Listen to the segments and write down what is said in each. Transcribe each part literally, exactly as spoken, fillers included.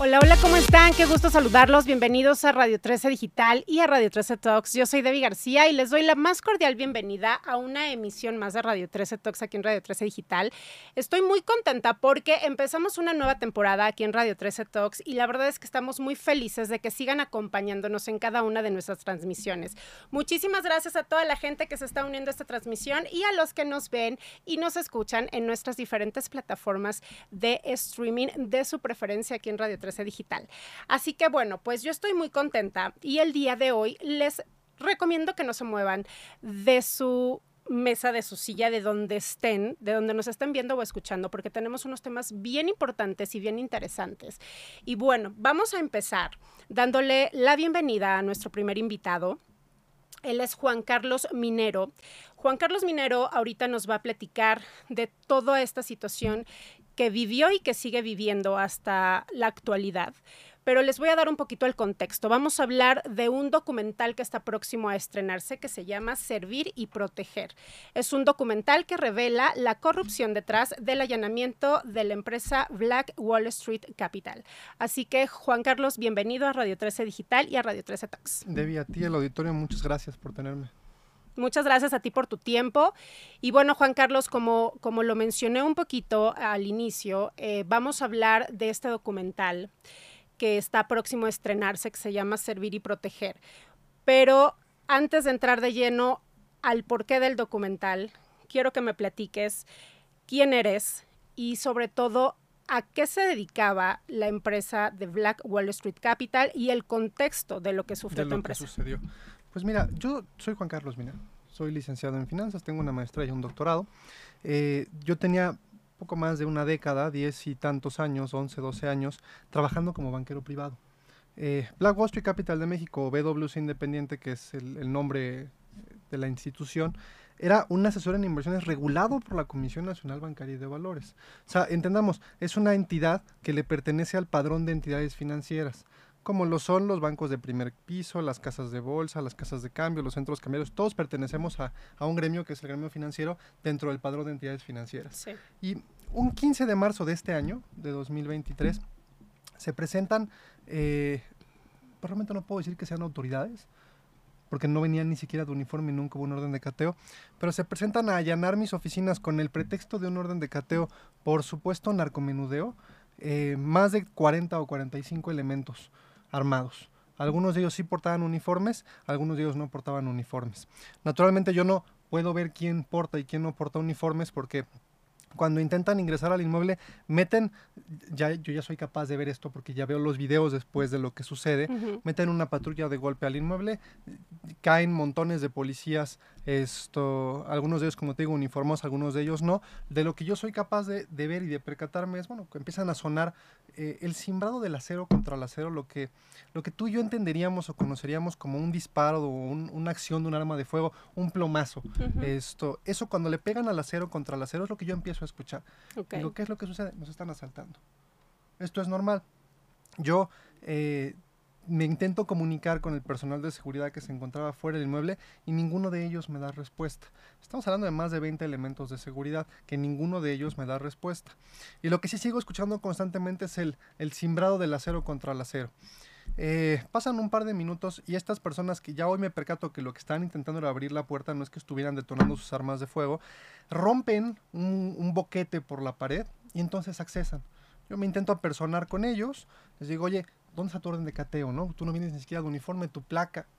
Hola, hola, ¿cómo están? Qué gusto saludarlos. Bienvenidos a Radio trece Digital y a Radio trece Talks. Yo soy Debbie García y les doy la más cordial bienvenida a una emisión más de Radio trece Talks aquí en Radio trece Digital. Estoy muy contenta porque empezamos una nueva temporada aquí en Radio trece Talks y la verdad es que estamos muy felices de que sigan acompañándonos en cada una de nuestras transmisiones. Muchísimas gracias a toda la gente que se está uniendo a esta transmisión y a los que nos ven y nos escuchan en nuestras diferentes plataformas de streaming de su preferencia aquí en Radio trece Digital. Así que bueno, pues yo estoy muy contenta y el día de hoy les recomiendo que no se muevan de su mesa, de su silla, de donde estén, de donde nos estén viendo o escuchando, porque tenemos unos temas bien importantes y bien interesantes. Y bueno, vamos a empezar dándole la bienvenida a nuestro primer invitado. Él es Juan Carlos Minero. Juan Carlos Minero ahorita nos va a platicar de toda esta situación que vivió y que sigue viviendo hasta la actualidad. Pero les voy a dar un poquito el contexto. Vamos a hablar de un documental que está próximo a estrenarse que se llama Servir y Proteger. Es un documental que revela la corrupción detrás del allanamiento de la empresa Black Wall Street Capital. Así que, Juan Carlos, bienvenido a Radio trece Digital y a Radio trece Talks. Debbie, a ti, el auditorio, muchas gracias por tenerme. Muchas gracias a ti por tu tiempo. Y bueno, Juan Carlos, como, como lo mencioné un poquito al inicio, eh, vamos a hablar de este documental que está próximo a estrenarse, que se llama Servir y Proteger. Pero antes de entrar de lleno al porqué del documental, quiero que me platiques quién eres y sobre todo a qué se dedicaba la empresa de Black Wall Street Capital y el contexto de lo que sufrió de tu lo que empresa. sucedió. Pues mira, yo soy Juan Carlos Minero, soy licenciado en finanzas, tengo una maestría y un doctorado. Eh, yo tenía poco más de una década, diez y tantos años, once, doce años, trabajando como banquero privado. Eh, Black Wall Street Capital de México, B W C Independiente, que es el, el nombre de la institución, era un asesor en inversiones regulado por la Comisión Nacional Bancaria y de Valores. O sea, entendamos, es una entidad que le pertenece al padrón de entidades financieras, como lo son los bancos de primer piso, las casas de bolsa, las casas de cambio, los centros cambiarios. Todos pertenecemos a, a un gremio que es el gremio financiero dentro del padrón de entidades financieras. Sí. Y un quince de marzo de este año, de dos mil veintitrés, se presentan, eh, realmente no puedo decir que sean autoridades, porque no venían ni siquiera de uniforme y nunca hubo un orden de cateo, pero se presentan a allanar mis oficinas con el pretexto de un orden de cateo por supuesto narcomenudeo, eh, más de cuarenta o cuarenta y cinco elementos armados. Algunos de ellos sí portaban uniformes, algunos de ellos no portaban uniformes. Naturalmente yo no puedo ver quién porta y quién no porta uniformes porque cuando intentan ingresar al inmueble, meten, ya, yo ya soy capaz de ver esto porque ya veo los videos después de lo que sucede, uh-huh. Meten una patrulla de golpe al inmueble, caen montones de policías, esto, algunos de ellos, como te digo, uniformados, algunos de ellos no. De lo que yo soy capaz de, de ver y de percatarme es, bueno, que empiezan a sonar eh, el cimbrado del acero contra el acero, lo que, lo que tú y yo entenderíamos o conoceríamos como un disparo o un, una acción de un arma de fuego, un plomazo. Uh-huh. Esto, eso cuando le pegan al acero contra el acero es lo que yo empiezo a escuchar. Okay. Digo, ¿qué es lo que sucede? Nos están asaltando. Esto es normal. Yo eh, me intento comunicar con el personal de seguridad que se encontraba fuera del inmueble y ninguno de ellos me da respuesta. Estamos hablando de más de veinte elementos de seguridad que ninguno de ellos me da respuesta. Y lo que sí sigo escuchando constantemente es el, el cimbrado del acero contra el acero. Eh, pasan un par de minutos y estas personas que ya hoy me percato que lo que estaban intentando era abrir la puerta, no es que estuvieran detonando sus armas de fuego, rompen un, un boquete por la pared y entonces accesan. Yo me intento apersonar con ellos, les digo, oye, ¿dónde está tu orden de cateo? ¿No? Tú no vienes ni siquiera de uniforme, tu placa.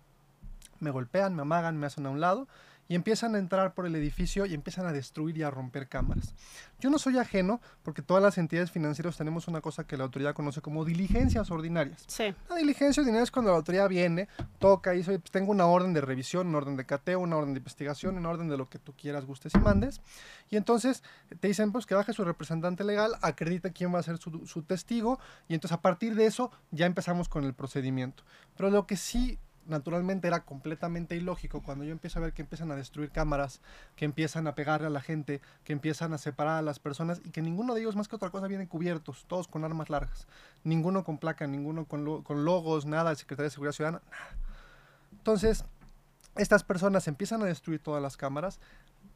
Me golpean, me amagan, me hacen a un lado y empiezan a entrar por el edificio y empiezan a destruir y a romper cámaras. Yo no soy ajeno porque todas las entidades financieras tenemos una cosa que la autoridad conoce como diligencias ordinarias. Sí. La diligencia ordinaria es cuando la autoridad viene, toca y dice, pues tengo una orden de revisión, una orden de cateo, una orden de investigación, una orden de lo que tú quieras, gustes y mandes. Y entonces te dicen pues que baje su representante legal, acredita quién va a ser su, su testigo y entonces a partir de eso ya empezamos con el procedimiento. Pero lo que sí naturalmente era completamente ilógico cuando yo empiezo a ver que empiezan a destruir cámaras, que empiezan a pegarle a la gente, que empiezan a separar a las personas y que ninguno de ellos más que otra cosa vienen cubiertos, todos con armas largas, ninguno con placa, ninguno con, lo, con logos, nada de Secretaría de Seguridad Ciudadana, nada. Entonces, estas personas empiezan a destruir todas las cámaras,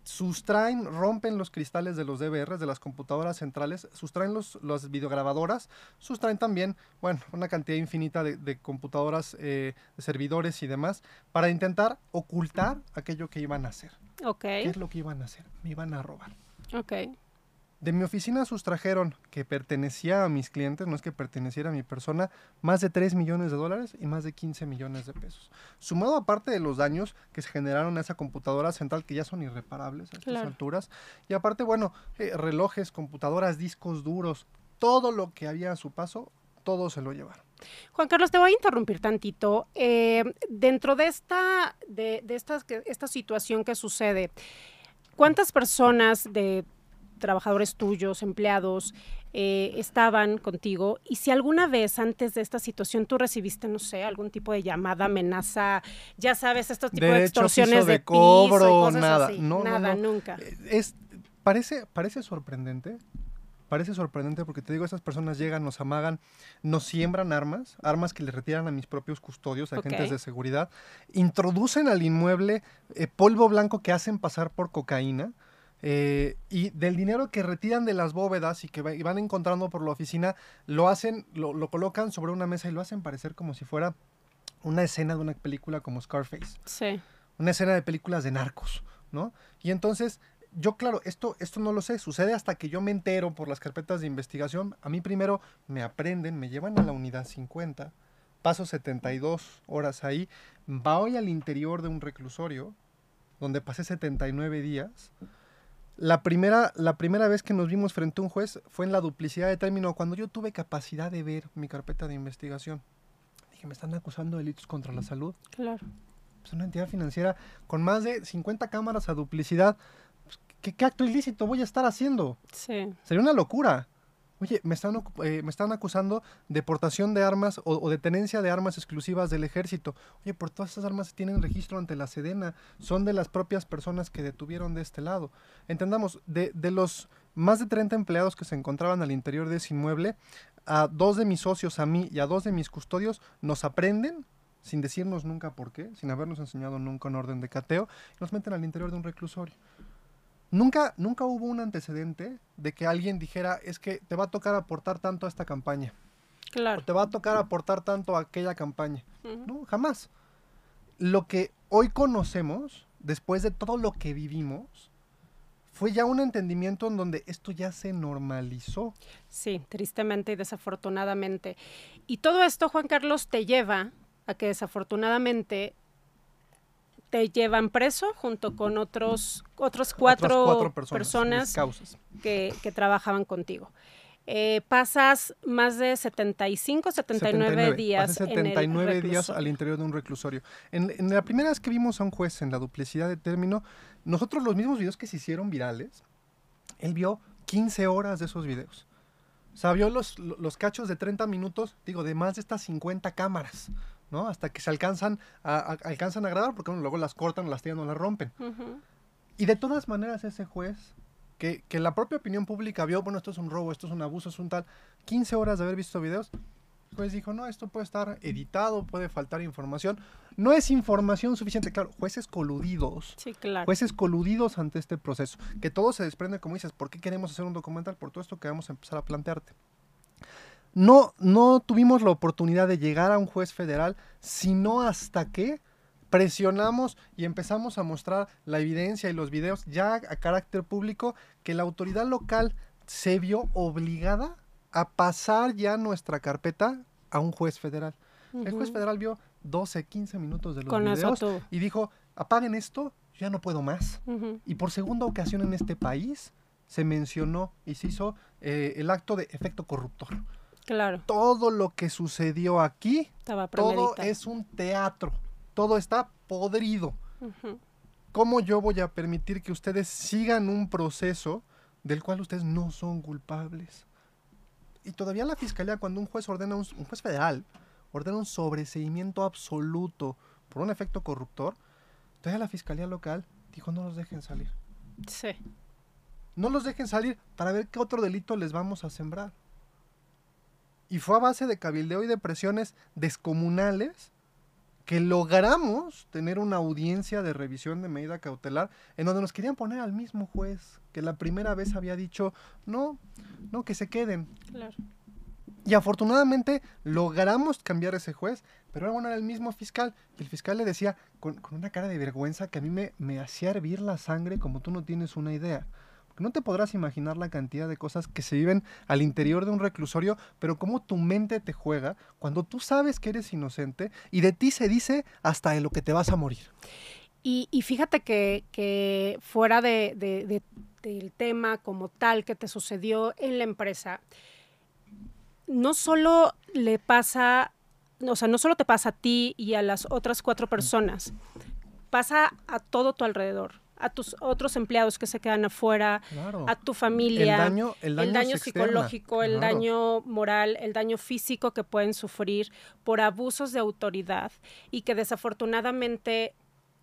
sustraen, rompen los cristales de los D V Rs, de las computadoras centrales, sustraen los, las videograbadoras, sustraen también, bueno, una cantidad infinita de, de computadoras, eh, de servidores y demás, para intentar ocultar aquello que iban a hacer. Ok. ¿Qué es lo que iban a hacer? Me iban a robar. Ok. De mi oficina sustrajeron, que pertenecía a mis clientes, no es que perteneciera a mi persona, más de tres millones de dólares y más de quince millones de pesos. Sumado aparte de los daños que se generaron a esa computadora central, que ya son irreparables a estas Claro. alturas. Y aparte, bueno, eh, relojes, computadoras, discos duros, todo lo que había a su paso, todo se lo llevaron. Juan Carlos, te voy a interrumpir tantito. Eh, dentro de esta, de, de esta, esta situación que sucede, ¿cuántas personas de trabajadores tuyos, empleados, eh, estaban contigo? Y si alguna vez antes de esta situación tú recibiste, no sé, algún tipo de llamada, amenaza, ya sabes, estos tipos de, de extorsiones de, de cobro, piso y cosas nada, así. no, nada, no, no. nunca. Es, parece, parece sorprendente, parece sorprendente porque te digo, esas personas llegan, nos amagan, nos siembran armas, armas que le retiran a mis propios custodios, agentes okay. de seguridad, introducen al inmueble eh, polvo blanco que hacen pasar por cocaína. Eh, y del dinero que retiran de las bóvedas y que va, y van encontrando por la oficina, lo hacen, lo, lo colocan sobre una mesa y lo hacen parecer como si fuera una escena de una película como Scarface. Sí. Una escena de películas de narcos, ¿no? Y entonces, yo claro, esto, esto no lo sé, sucede hasta que yo me entero por las carpetas de investigación. A mí primero me aprenden, me llevan a la unidad cincuenta, paso setenta y dos horas ahí, voy al interior de un reclusorio, donde pasé setenta y nueve días. La primera, la primera vez que nos vimos frente a un juez fue en la duplicidad de término, cuando yo tuve capacidad de ver mi carpeta de investigación. Dije, me están acusando de delitos contra la salud. Claro. Es una entidad financiera con más de cincuenta cámaras a duplicidad. Pues, ¿qué, ¿Qué acto ilícito voy a estar haciendo? Sí. Sería una locura. Oye, me están, eh, me están acusando de portación de armas o, o de tenencia de armas exclusivas del ejército. Oye, por todas esas armas tienen registro ante la Sedena, son de las propias personas que detuvieron de este lado. Entendamos, de, de los más de treinta empleados que se encontraban al interior de ese inmueble, a dos de mis socios, a mí y a dos de mis custodios, nos aprenden, sin decirnos nunca por qué, sin habernos enseñado nunca un orden de cateo, y nos meten al interior de un reclusorio. Nunca, nunca hubo un antecedente de que alguien dijera, es que te va a tocar aportar tanto a esta campaña. Claro. O te va a tocar aportar tanto a aquella campaña. Uh-huh. No, jamás. Lo que hoy conocemos, después de todo lo que vivimos, fue ya un entendimiento en donde esto ya se normalizó. Sí, tristemente y desafortunadamente. Y todo esto, Juan Carlos, te lleva a que desafortunadamente te llevan preso junto con otros, otros cuatro, cuatro personas, personas causas. Que, que trabajaban contigo. Eh, pasas más de setenta y cinco, setenta y nueve días Pasé setenta y nueve en el días al interior de un reclusorio. En, en la primera vez que vimos a un juez en la duplicidad de término, nosotros los mismos videos que se hicieron virales, él vio quince horas de esos videos. O sea, vio los, los cachos de treinta minutos, digo, de más de estas cincuenta cámaras, ¿no? Hasta que se alcanzan a, a, alcanzan a grabar, porque bueno, luego las cortan, las tiran o las rompen. Uh-huh. Y de todas maneras ese juez, que, que la propia opinión pública vio, bueno, esto es un robo, esto es un abuso, es un tal, quince horas de haber visto videos, el juez dijo, no, esto puede estar editado, puede faltar información. No es información suficiente, claro, jueces coludidos. Sí, claro. Jueces coludidos ante este proceso. Que todo se desprende, como dices, ¿por qué queremos hacer un documental? Por todo esto que vamos a empezar a plantearte. No, no tuvimos la oportunidad de llegar a un juez federal, sino hasta que presionamos y empezamos a mostrar la evidencia y los videos ya a carácter público, que la autoridad local se vio obligada a pasar ya nuestra carpeta a un juez federal. Uh-huh. El juez federal vio doce, quince minutos de los Con videos y dijo, apaguen esto, yo ya no puedo más. Uh-huh. Y por segunda ocasión en este país se mencionó y se hizo eh, el acto de efecto corruptor. Claro. Todo lo que sucedió aquí, Estaba todo es un teatro, todo está podrido. Uh-huh. ¿Cómo yo voy a permitir que ustedes sigan un proceso del cual ustedes no son culpables? Y todavía la fiscalía, cuando un juez ordena, un, un juez federal, ordena un sobreseimiento absoluto por un efecto corruptor, todavía la fiscalía local dijo, no los dejen salir. Sí. No los dejen salir para ver qué otro delito les vamos a sembrar. Y fue a base de cabildeo y de presiones descomunales que logramos tener una audiencia de revisión de medida cautelar en donde nos querían poner al mismo juez que la primera vez había dicho, no, no, que se queden. Claro. Y afortunadamente logramos cambiar ese juez, pero bueno, era el mismo fiscal. Y el fiscal le decía con, con una cara de vergüenza que a mí me, me hacía hervir la sangre como tú no tienes una idea. Porque no te podrás imaginar la cantidad de cosas que se viven al interior de un reclusorio, pero cómo tu mente te juega cuando tú sabes que eres inocente y de ti se dice hasta de lo que te vas a morir. Y, y fíjate que, que fuera de, de, de, del tema como tal que te sucedió en la empresa, no solo le pasa, o sea, no solo te pasa a ti y a las otras cuatro personas, pasa a todo tu alrededor, a tus otros empleados que se quedan afuera, claro. a tu familia, el daño, el daño, el daño psicológico, externa. el Claro. daño moral, el daño físico que pueden sufrir por abusos de autoridad y que desafortunadamente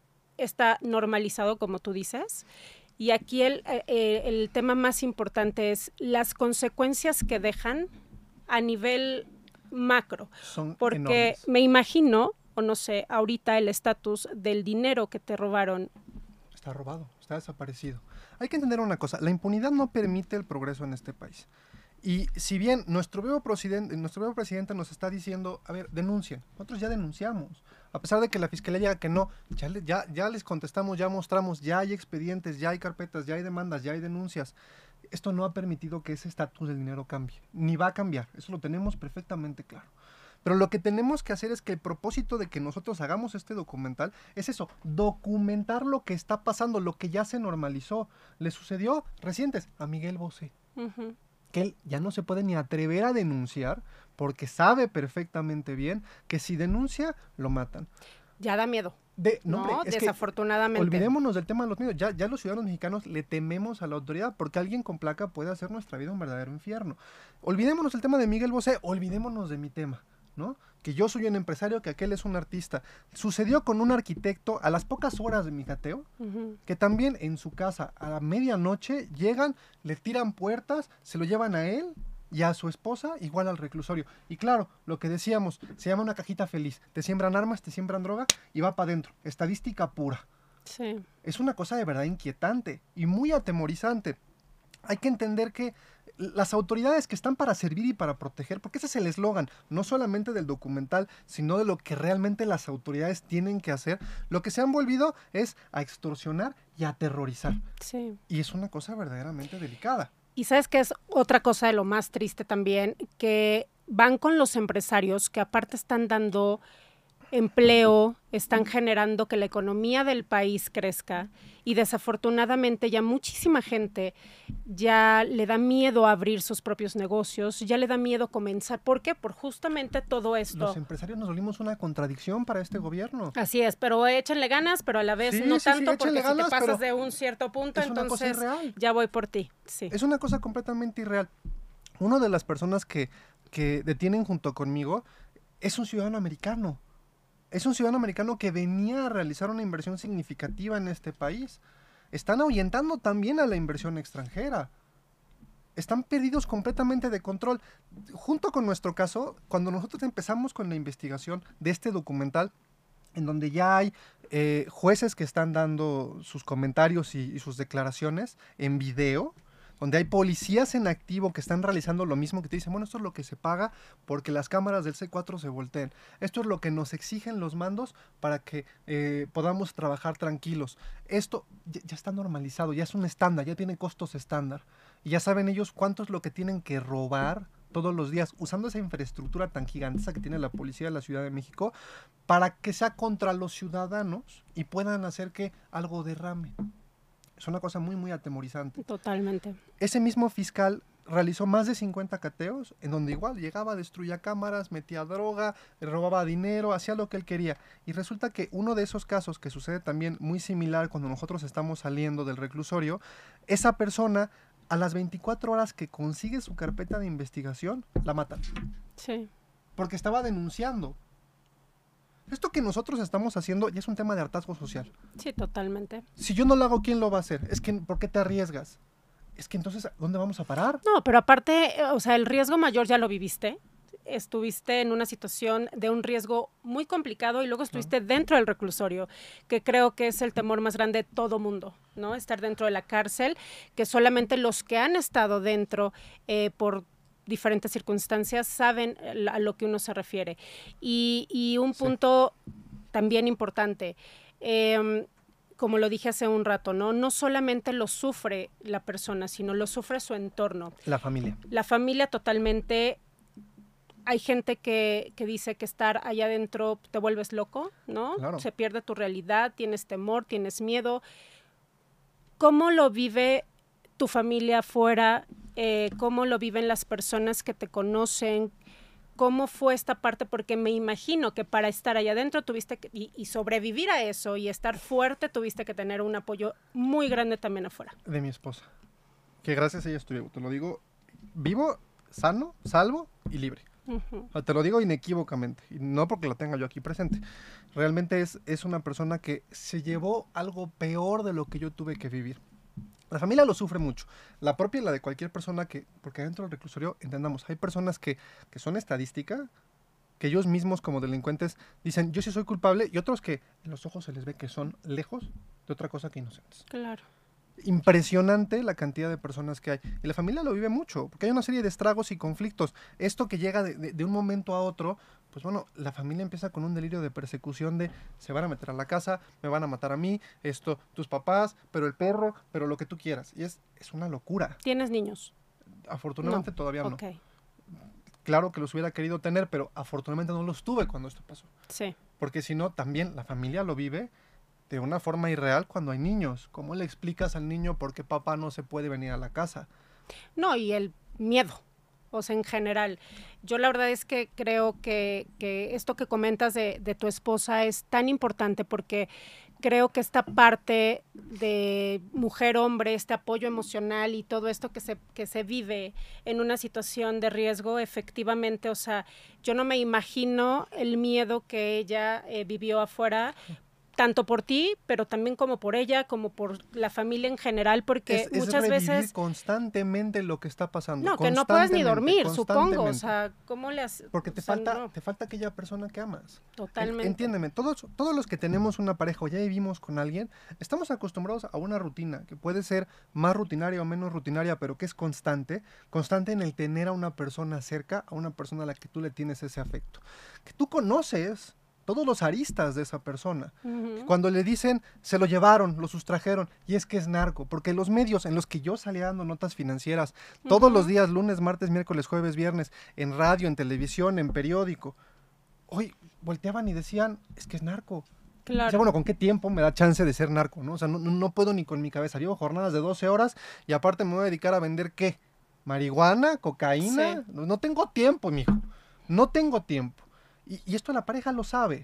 está normalizado, como tú dices. Y aquí el, eh, el tema más importante es las consecuencias que dejan a nivel macro, Son porque enormes. me imagino, o no sé, ahorita el estatus del dinero que te robaron. Está robado, está desaparecido. Hay que entender una cosa, la impunidad no permite el progreso en este país. Y si bien nuestro nuevo presidente, nuestro nuevo presidente nos está diciendo, a ver, denuncien, nosotros ya denunciamos. A pesar de que la fiscalía diga que no, ya, le, ya, ya les contestamos, ya mostramos, ya hay expedientes, ya hay carpetas, ya hay demandas, ya hay denuncias. Esto no ha permitido que ese estatus del dinero cambie, ni va a cambiar, eso lo tenemos perfectamente claro. Pero lo que tenemos que hacer es que el propósito de que nosotros hagamos este documental es eso, documentar lo que está pasando, lo que ya se normalizó. Le sucedió recientes a Miguel Bosé, Uh-huh. que él ya no se puede ni atrever a denunciar porque sabe perfectamente bien que si denuncia, lo matan. Ya da miedo. De, no, no hombre, es desafortunadamente. Que olvidémonos del tema de los niños. Ya, ya los ciudadanos mexicanos le tememos a la autoridad porque alguien con placa puede hacer nuestra vida un verdadero infierno. Olvidémonos del tema de Miguel Bosé, olvidémonos de mi tema, ¿no? Que yo soy un empresario, que aquel es un artista. Sucedió con un arquitecto a las pocas horas de mi cateo, Uh-huh. que también en su casa a la medianoche llegan, le tiran puertas, se lo llevan a él y a su esposa igual al reclusorio. Y claro, lo que decíamos, se llama una cajita feliz. Te siembran armas, te siembran droga y va para adentro. Estadística pura. Sí. Es una cosa de verdad inquietante y muy atemorizante. Hay que entender que las autoridades que están para servir y para proteger, porque ese es el eslogan, no solamente del documental, sino de lo que realmente las autoridades tienen que hacer, lo que se han volvido es a extorsionar y a aterrorizar. Sí. Y es una cosa verdaderamente delicada. Y sabes que es otra cosa de lo más triste también, que van con los empresarios que aparte están dando empleo, están generando que la economía del país crezca y desafortunadamente ya muchísima gente ya le da miedo abrir sus propios negocios, ya le da miedo comenzar. ¿Por qué? Por justamente todo esto. Los empresarios nos volvimos una contradicción para este gobierno. Así es, pero échenle ganas, pero a la vez Sí, no sí, tanto sí, porque échenle si ganas, te pasas pero de un cierto punto, es una cosa entonces irreal. ya voy por ti. Sí. Es una cosa completamente irreal. Una de las personas que, que detienen junto conmigo es un ciudadano americano. Es un ciudadano americano que venía a realizar una inversión significativa en este país. Están ahuyentando también a la inversión extranjera. Están perdidos completamente de control. Junto con nuestro caso, cuando nosotros empezamos con la investigación de este documental, en donde ya hay eh, jueces que están dando sus comentarios y, y sus declaraciones en video, donde hay policías en activo que están realizando lo mismo, que te dicen, bueno, esto es lo que se paga porque las cámaras del C cuatro se volteen. Esto es lo que nos exigen los mandos para que eh, podamos trabajar tranquilos. Esto ya, ya está normalizado, ya es un estándar, ya tiene costos estándar. Y ya saben ellos cuánto es lo que tienen que robar todos los días, usando esa infraestructura tan gigantesca que tiene la policía de la Ciudad de México, para que sea contra los ciudadanos y puedan hacer que algo derrame. Es una cosa muy, muy atemorizante. Totalmente. Ese mismo fiscal realizó más de cincuenta cateos, en donde igual llegaba, destruía cámaras, metía droga, robaba dinero, hacía lo que él quería. Y resulta que uno de esos casos, que sucede también muy similar cuando nosotros estamos saliendo del reclusorio, esa persona, a las veinticuatro horas que consigue su carpeta de investigación, la matan. Sí. Porque estaba denunciando. Esto que nosotros estamos haciendo ya es un tema de hartazgo social. Sí, totalmente. Si yo no lo hago, ¿quién lo va a hacer? Es que, ¿por qué te arriesgas? Es que entonces, ¿dónde vamos a parar? No, pero aparte, o sea, el riesgo mayor ya lo viviste. estuviste en una situación de un riesgo muy complicado y luego estuviste dentro del reclusorio, que creo que es el temor más grande de todo mundo, ¿no? Estar dentro de la cárcel, que solamente los que han estado dentro eh, por diferentes circunstancias saben a lo que uno se refiere. Y, y un punto sí. también importante, eh, como lo dije hace un rato, ¿no? No solamente lo sufre la persona, sino lo sufre su entorno. La familia. La familia totalmente. Hay gente que, que dice que estar allá adentro te vuelves loco, ¿no? Claro. Se pierde tu realidad, tienes temor, tienes miedo. ¿Cómo lo vive tu familia afuera? Eh, ¿Cómo lo viven las personas que te conocen? ¿Cómo fue esta parte? Porque me imagino que para estar allá adentro tuviste que, y, y sobrevivir a eso y estar fuerte, tuviste que tener un apoyo muy grande también afuera. De mi esposa, que gracias a ella estuve, te lo digo, vivo, sano, salvo y libre. Uh-huh. Te lo digo inequívocamente, y no porque la tenga yo aquí presente. Realmente es, es una persona que se llevó algo peor de lo que yo tuve que vivir. La familia lo sufre mucho, la propia y la de cualquier persona que, porque dentro del reclusorio, entendamos, hay personas que, que son estadística, que ellos mismos como delincuentes dicen, yo sí soy culpable, y otros que en los ojos se les ve que son lejos de otra cosa que inocentes. Claro. Impresionante la cantidad de personas que hay, y la familia lo vive mucho, porque hay una serie de estragos y conflictos. Esto que llega de, de, de un momento a otro, pues bueno, la familia empieza con un delirio de persecución de se van a meter a la casa, me van a matar a mí, esto, tus papás, pero el perro, pero lo que tú quieras. Y es, es una locura. ¿Tienes niños? Afortunadamente no. todavía no. Okay. Claro que los hubiera querido tener, pero afortunadamente no los tuve cuando esto pasó. Sí. Porque si no, también la familia lo vive de una forma irreal cuando hay niños. ¿Cómo le explicas al niño por qué papá no se puede venir a la casa? No, y el miedo. O sea, en general, yo la verdad es que creo que, que esto que comentas de, de tu esposa es tan importante porque creo que esta parte de mujer-hombre, este apoyo emocional y todo esto que se, que se vive en una situación de riesgo, efectivamente, o sea, yo no me imagino el miedo que ella eh, vivió afuera, tanto por ti, pero también como por ella, como por la familia en general, porque es, es muchas revivir veces constantemente lo que está pasando. No, que no puedes ni dormir, supongo, o sea, ¿cómo le haces? Porque te o sea, falta, no. te falta aquella persona que amas. Totalmente. Entiéndeme, todos, todos los que tenemos una pareja o ya vivimos con alguien, estamos acostumbrados a una rutina que puede ser más rutinaria o menos rutinaria, pero que es constante, constante en el tener a una persona cerca, a una persona a la que tú le tienes ese afecto, que tú conoces todos los aristas de esa persona. Uh-huh. Cuando le dicen, se lo llevaron, lo sustrajeron, y es que es narco, porque los medios en los que yo salía dando notas financieras, uh-huh. todos los días, lunes, martes, miércoles, jueves, viernes, en radio, en televisión, en periódico, hoy volteaban y decían, es que es narco. Claro. O sea, bueno, ¿con qué tiempo me da chance de ser narco? ¿No? O sea, no, no puedo ni con mi cabeza, llevo jornadas de doce horas, y aparte me voy a dedicar a vender, ¿qué? ¿Marihuana? ¿Cocaína? Sí. No, no tengo tiempo, mijo, no tengo tiempo. Y, y esto la pareja lo sabe,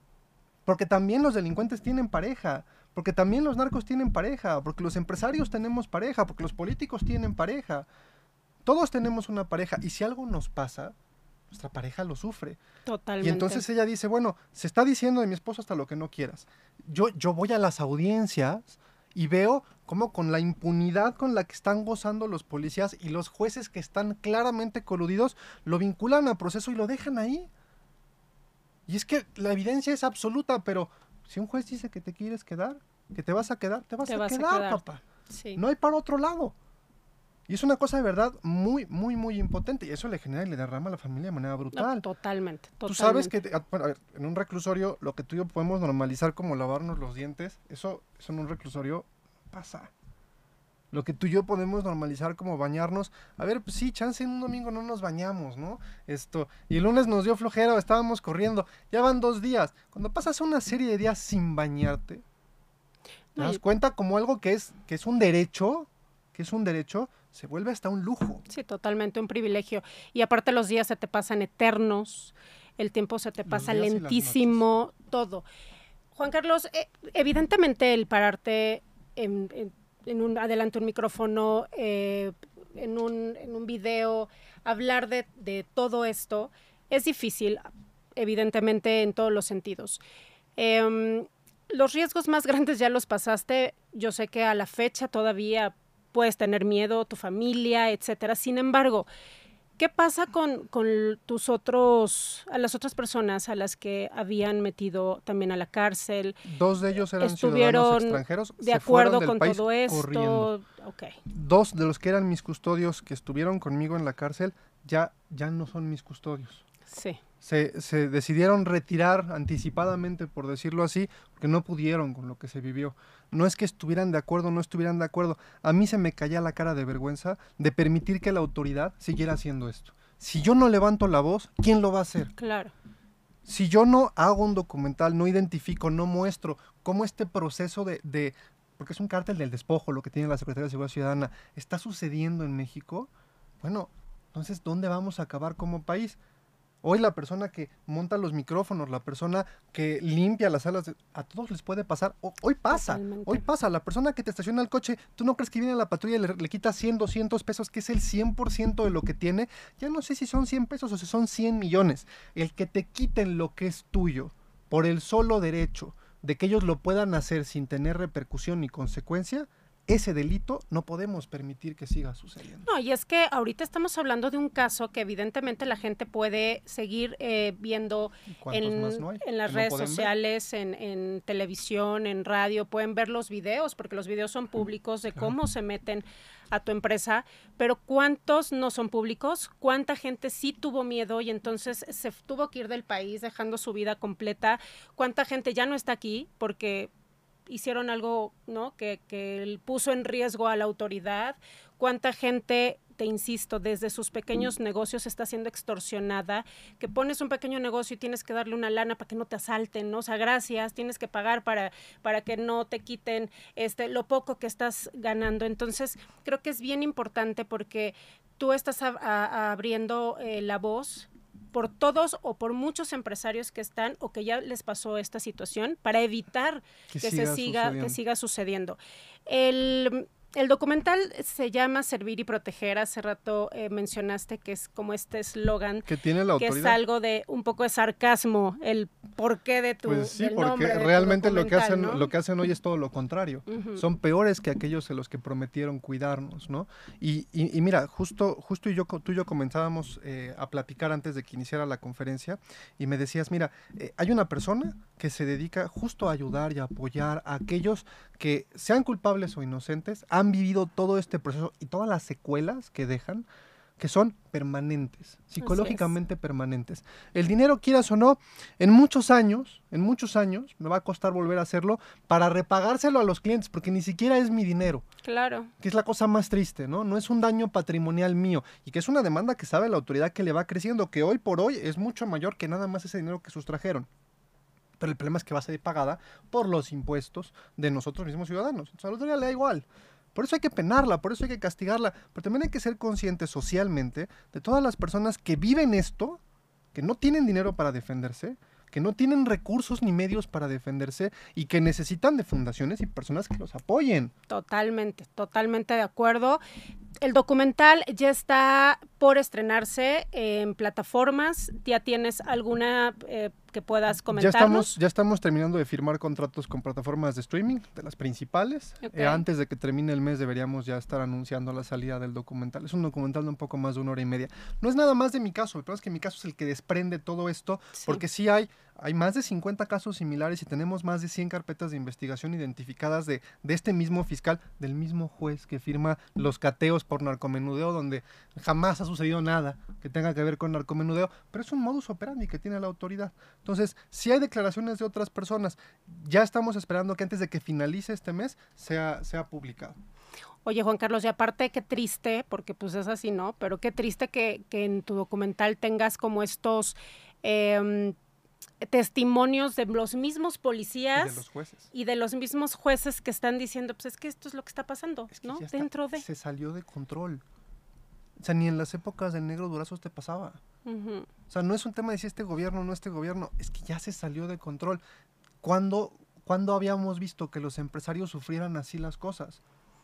porque también los delincuentes tienen pareja, porque también los narcos tienen pareja, porque los empresarios tenemos pareja, porque los políticos tienen pareja. Todos tenemos una pareja, y si algo nos pasa, nuestra pareja lo sufre. Totalmente. Y entonces ella dice, bueno, se está diciendo de mi esposo hasta lo que no quieras. Yo, yo voy a las audiencias y veo cómo con la impunidad con la que están gozando los policías y los jueces que están claramente coludidos, lo vinculan a proceso y lo dejan ahí. Y es que la evidencia es absoluta, pero si un juez dice que te quieres quedar, que te vas a quedar, te vas, te a, vas quedar, a quedar, papá. Sí. No hay para otro lado. Y es una cosa de verdad muy, muy, muy impotente. Y eso le genera y le derrama a la familia de manera brutal. No, totalmente, totalmente. Tú sabes que, bueno, a ver, en un reclusorio, lo que tú y yo podemos normalizar como lavarnos los dientes, eso, eso en un reclusorio pasa. Lo que tú y yo podemos normalizar como bañarnos, a ver, pues sí, chance en un domingo no nos bañamos, ¿no? Esto, y el lunes nos dio flojera, estábamos corriendo, ya van dos días. Cuando pasas una serie de días sin bañarte, te das cuenta como algo que es, que es un derecho, que es un derecho, se vuelve hasta un lujo. Sí, totalmente, un privilegio. Y aparte los días se te pasan eternos, el tiempo se te pasa lentísimo, todo. Juan Carlos, eh, evidentemente el pararte en... en en un, adelante un micrófono, eh, en, un, en un video, hablar de, de todo esto, es difícil, evidentemente, en todos los sentidos. Eh, los riesgos más grandes ya los pasaste, yo sé que a la fecha todavía puedes tener miedo, tu familia, etcétera. Sin embargo, ¿Qué pasa con, con tus otros, a las otras personas a las que habían metido también a la cárcel? Dos de ellos eran ciudadanos ¿Estuvieron extranjeros, de se fueron acuerdo del con país todo corriendo. esto? Ok, Dos de los que eran mis custodios que estuvieron conmigo en la cárcel ya, ya no son mis custodios. sí. Se, se decidieron retirar anticipadamente, por decirlo así, porque no pudieron con lo que se vivió. No es que estuvieran de acuerdo o no estuvieran de acuerdo. A mí se me caía la cara de vergüenza de permitir que la autoridad siguiera haciendo esto. Si yo no levanto la voz, ¿quién lo va a hacer? Claro. Si yo no hago un documental, no identifico, no muestro cómo este proceso de, de porque es un cártel del despojo lo que tiene la Secretaría de Seguridad Ciudadana, está sucediendo en México, bueno, entonces, ¿dónde vamos a acabar como país? Hoy la persona que monta los micrófonos, la persona que limpia las salas, de, a todos les puede pasar. O, hoy pasa, Totalmente. hoy pasa. La persona que te estaciona el coche, tú no crees que viene la patrulla y le, le quita cien, doscientos pesos, que es el cien por ciento de lo que tiene. Ya no sé si son cien pesos o si son cien millones. El que te quiten lo que es tuyo por el solo derecho de que ellos lo puedan hacer sin tener repercusión ni consecuencia, ese delito no podemos permitir que siga sucediendo. No, y es que ahorita estamos hablando de un caso que evidentemente la gente puede seguir eh, viendo en, más no hay, en las no redes sociales, en, en televisión, en radio, pueden ver los videos, porque los videos son públicos de claro. cómo se meten a tu empresa, pero ¿cuántos no son públicos? ¿Cuánta gente sí tuvo miedo y entonces se tuvo que ir del país dejando su vida completa? ¿Cuánta gente ya no está aquí porque hicieron algo, ¿no?, que, que puso en riesgo a la autoridad? ¿Cuánta gente, te insisto, desde sus pequeños negocios está siendo extorsionada? Que pones un pequeño negocio y tienes que darle una lana para que no te asalten, ¿no? O sea, gracias, tienes que pagar para, para que no te quiten este, lo poco que estás ganando. Entonces, creo que es bien importante porque tú estás a, a, abriendo eh, la voz por todos o por muchos empresarios que están o que ya les pasó esta situación para evitar que, que siga se siga, que siga sucediendo. El, el documental se llama Servir y Proteger. Hace rato eh, mencionaste que es como este eslogan que tiene la autoridad, que es algo de un poco de sarcasmo, el porqué de tu pues sí, del porque nombre de realmente tu lo que hacen, ¿no? lo que hacen hoy es todo lo contrario. Uh-huh. Son peores que aquellos a los que prometieron cuidarnos, ¿no? Y, y, y mira, justo, justo y yo, tú y yo comenzábamos eh, a platicar antes de que iniciara la conferencia y me decías, mira, eh, hay una persona que se dedica justo a ayudar y a apoyar a aquellos que sean culpables o inocentes, han vivido todo este proceso y todas las secuelas que dejan, que son permanentes, psicológicamente permanentes. El dinero, quieras o no, en muchos años, en muchos años, me va a costar volver a hacerlo para repagárselo a los clientes, porque ni siquiera es mi dinero. Claro. Que es la cosa más triste, ¿no? No es un daño patrimonial mío, y que es una demanda que sabe la autoridad que le va creciendo, que hoy por hoy es mucho mayor que nada más ese dinero que sustrajeron. Pero el problema es que va a ser pagada por los impuestos de nosotros mismos ciudadanos. O sea, a la autoridad le da igual. Por eso hay que penarla, por eso hay que castigarla, pero también hay que ser conscientes socialmente de todas las personas que viven esto, que no tienen dinero para defenderse, que no tienen recursos ni medios para defenderse y que necesitan de fundaciones y personas que los apoyen. Totalmente, totalmente de acuerdo. El documental ya está por estrenarse en plataformas. ¿Ya tienes alguna eh, que puedas comentarnos? Ya estamos, ya estamos terminando de firmar contratos con plataformas de streaming, de las principales. Okay. Eh, antes de que termine el mes deberíamos ya estar anunciando la salida del documental. Es un documental de un poco más de una hora y media. No es nada más de mi caso, el problema es que mi caso es el que desprende todo esto, sí. Porque sí hay, hay más de cincuenta casos similares y tenemos más de cien carpetas de investigación identificadas de, de este mismo fiscal, del mismo juez que firma los cateos por narcomenudeo, donde jamás ha sucedido nada que tenga que ver con narcomenudeo, pero es un modus operandi que tiene la autoridad. Entonces, si hay declaraciones de otras personas, ya estamos esperando que antes de que finalice este mes sea, sea publicado. Oye, Juan Carlos, y aparte qué triste, porque pues es así, ¿no? Pero qué triste que, que en tu documental tengas como estos eh, testimonios de los mismos policías y de los jueces y de los mismos jueces que están diciendo, pues es que esto es lo que está pasando, es que ¿no? Está, Dentro de... Se salió de control. O sea, ni en las épocas del Negro Durazo te pasaba. Uh-huh. O sea, no es un tema de si este gobierno o no este gobierno, es que ya se salió de control. ¿Cuándo, ¿Cuándo habíamos visto que los empresarios sufrieran así las cosas?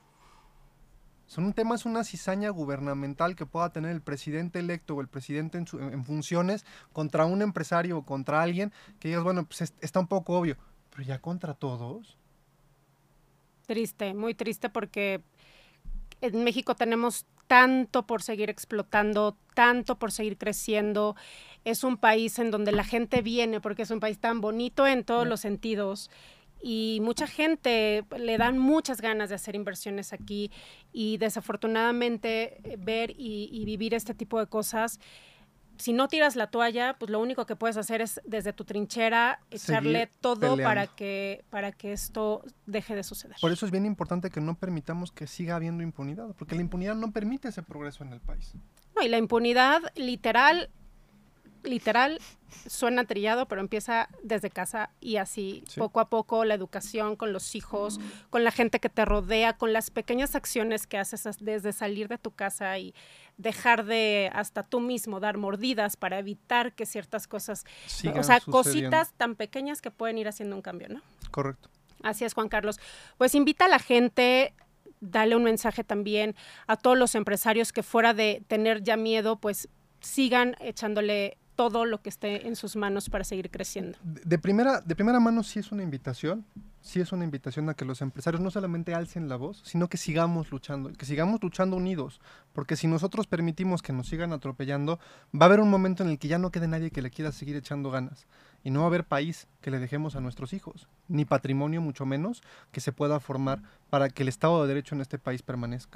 Son un tema, es una cizaña gubernamental que pueda tener el presidente electo o el presidente en, su, en funciones contra un empresario o contra alguien que digas, bueno, pues es, está un poco obvio, pero ya contra todos. Triste, muy triste, porque en México tenemos tanto por seguir explotando, tanto por seguir creciendo. Es un país en donde la gente viene porque es un país tan bonito en todos los sentidos y mucha gente le dan muchas ganas de hacer inversiones aquí y desafortunadamente ver y, y vivir este tipo de cosas, si no tiras la toalla, pues lo único que puedes hacer es desde tu trinchera echarle Seguir todo peleando. para que, para que esto deje de suceder. Por eso es bien importante que no permitamos que siga habiendo impunidad, porque la impunidad no permite ese progreso en el país. No, y la impunidad literal, literal, suena trillado, pero empieza desde casa y así, Sí. poco a poco, la educación con los hijos, con la gente que te rodea, con las pequeñas acciones que haces as- desde salir de tu casa y dejar de, hasta tú mismo, dar mordidas para evitar que ciertas cosas, Sigan o sea, sucediendo. cositas tan pequeñas que pueden ir haciendo un cambio, ¿no? Correcto. Así es, Juan Carlos. Pues invita a la gente, dale un mensaje también a todos los empresarios que fuera de tener ya miedo, pues sigan echándole todo lo que esté en sus manos para seguir creciendo. De, de primera, de primera mano sí es una invitación, sí es una invitación a que los empresarios no solamente alcen la voz, sino que sigamos luchando, que sigamos luchando unidos, porque si nosotros permitimos que nos sigan atropellando, va a haber un momento en el que ya no quede nadie que le quiera seguir echando ganas, y no va a haber país que le dejemos a nuestros hijos, ni patrimonio mucho menos que se pueda formar para que el Estado de Derecho en este país permanezca.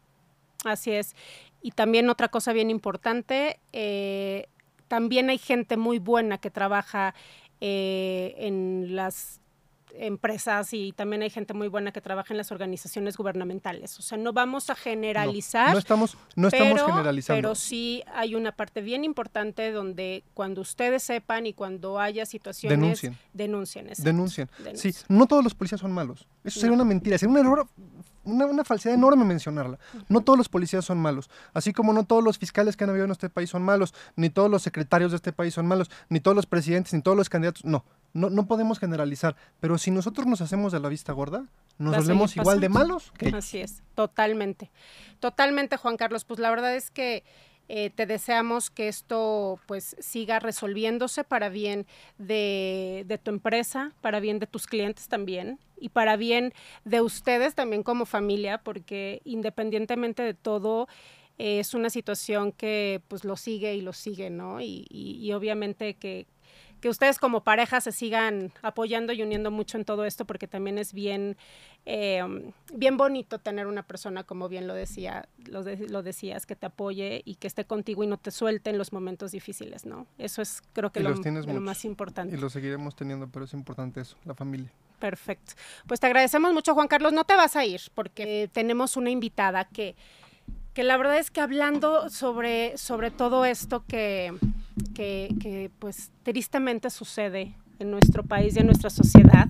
Así es. Y también otra cosa bien importante, eh, también hay gente muy buena que trabaja eh, en las empresas y también hay gente muy buena que trabaja en las organizaciones gubernamentales. O sea, no vamos a generalizar. No, no estamos, no estamos pero, generalizando. Pero sí hay una parte bien importante donde cuando ustedes sepan y cuando haya situaciones, Denuncien. denuncien. exacto. Denuncien. Denuncien. Sí, no todos los policías son malos. Eso sería No. una mentira, sería un error, una, una falsedad enorme mencionarla. No todos los policías son malos, así como no todos los fiscales que han habido en este país son malos, ni todos los secretarios de este país son malos, ni todos los presidentes, ni todos los candidatos. No, no, no podemos generalizar. Pero si nosotros nos hacemos de la vista gorda, nos Va a volvemos seguir igual de pasando. malos que ellos. Así es, totalmente. Totalmente, Juan Carlos. Pues la verdad es que eh, te deseamos que esto pues siga resolviéndose para bien de, de tu empresa, para bien de tus clientes también y para bien de ustedes también como familia, porque independientemente de todo, eh, es una situación que pues lo sigue y lo sigue, ¿no? Y, y, y obviamente que que ustedes como pareja se sigan apoyando y uniendo mucho en todo esto, porque también es bien, eh, bien bonito tener una persona, como bien lo decía, lo, de, lo decías, que te apoye y que esté contigo y no te suelte en los momentos difíciles, ¿no? Eso es creo que Y lo, los tienes de lo muchos, más importante. Y lo seguiremos teniendo, pero es importante eso, la familia. Perfecto. Pues te agradecemos mucho, Juan Carlos. No te vas a ir, porque eh, tenemos una invitada que, que la verdad es que hablando sobre, sobre todo esto que... Que, que pues tristemente sucede en nuestro país y en nuestra sociedad,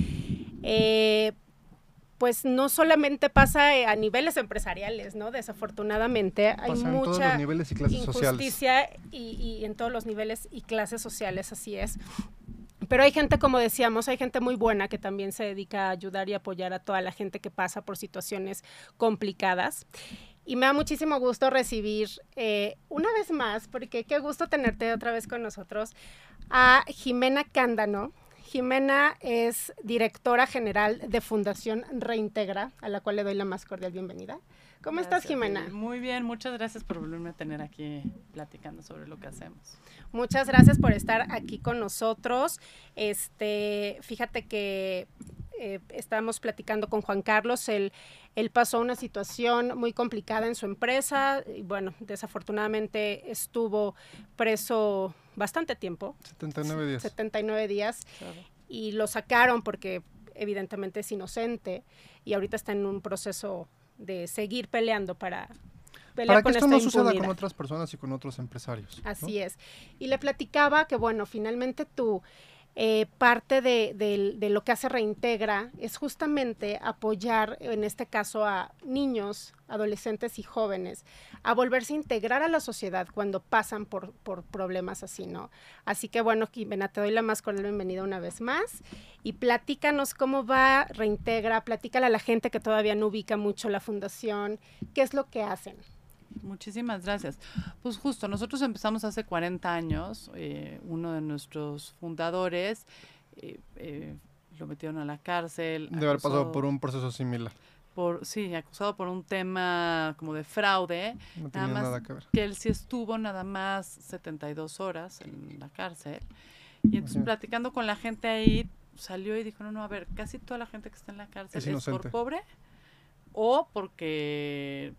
eh, pues no solamente pasa a niveles empresariales, ¿no? Desafortunadamente hay Pasa en mucha todos los niveles y clases injusticia sociales. Y, y en todos los niveles y clases sociales, así es. Pero hay gente, como decíamos, hay gente muy buena que también se dedica a ayudar y apoyar a toda la gente que pasa por situaciones complicadas. Y me da muchísimo gusto recibir eh, una vez más, porque qué gusto tenerte otra vez con nosotros, a Jimena Cándano. Jimena es directora general de Fundación Reintegra, a la cual le doy la más cordial bienvenida. ¿Cómo Gracias, estás, Jimena? David. Muy bien, muchas gracias por volverme a tener aquí platicando sobre lo que hacemos. Muchas gracias por estar aquí con nosotros. Este, fíjate que eh, estábamos platicando con Juan Carlos, él, él pasó una situación muy complicada en su empresa y bueno, desafortunadamente estuvo preso bastante tiempo. setenta y nueve días. setenta y nueve días Claro. Y lo sacaron porque evidentemente es inocente y ahorita está en un proceso de seguir peleando para pelear Para con que esto esta no suceda impunidad. con otras personas y con otros empresarios. Así ¿no? es. Y le platicaba que, bueno, finalmente tu eh, parte de, de, de lo que hace Reintegra es justamente apoyar, en este caso, a niños, adolescentes y jóvenes a volverse a integrar a la sociedad cuando pasan por, por problemas así, ¿no? Así que, bueno, Jimena, te doy la más cordial bienvenida una vez más y platícanos cómo va Reintegra, platícale a la gente que todavía no ubica mucho la fundación, qué es lo que hacen. Muchísimas gracias. Pues justo, nosotros empezamos hace cuarenta años, eh, uno de nuestros fundadores eh, eh, lo metieron a la cárcel. Debe haber acusó, pasado por un proceso similar. por, sí, acusado por un tema como de fraude. No tenía nada más nada que ver. que él sí estuvo nada más setenta y dos horas en la cárcel. Y entonces Ajá. platicando con la gente ahí, salió y dijo, no, no, a ver, casi toda la gente que está en la cárcel Es es, por inocente. pobre o porque,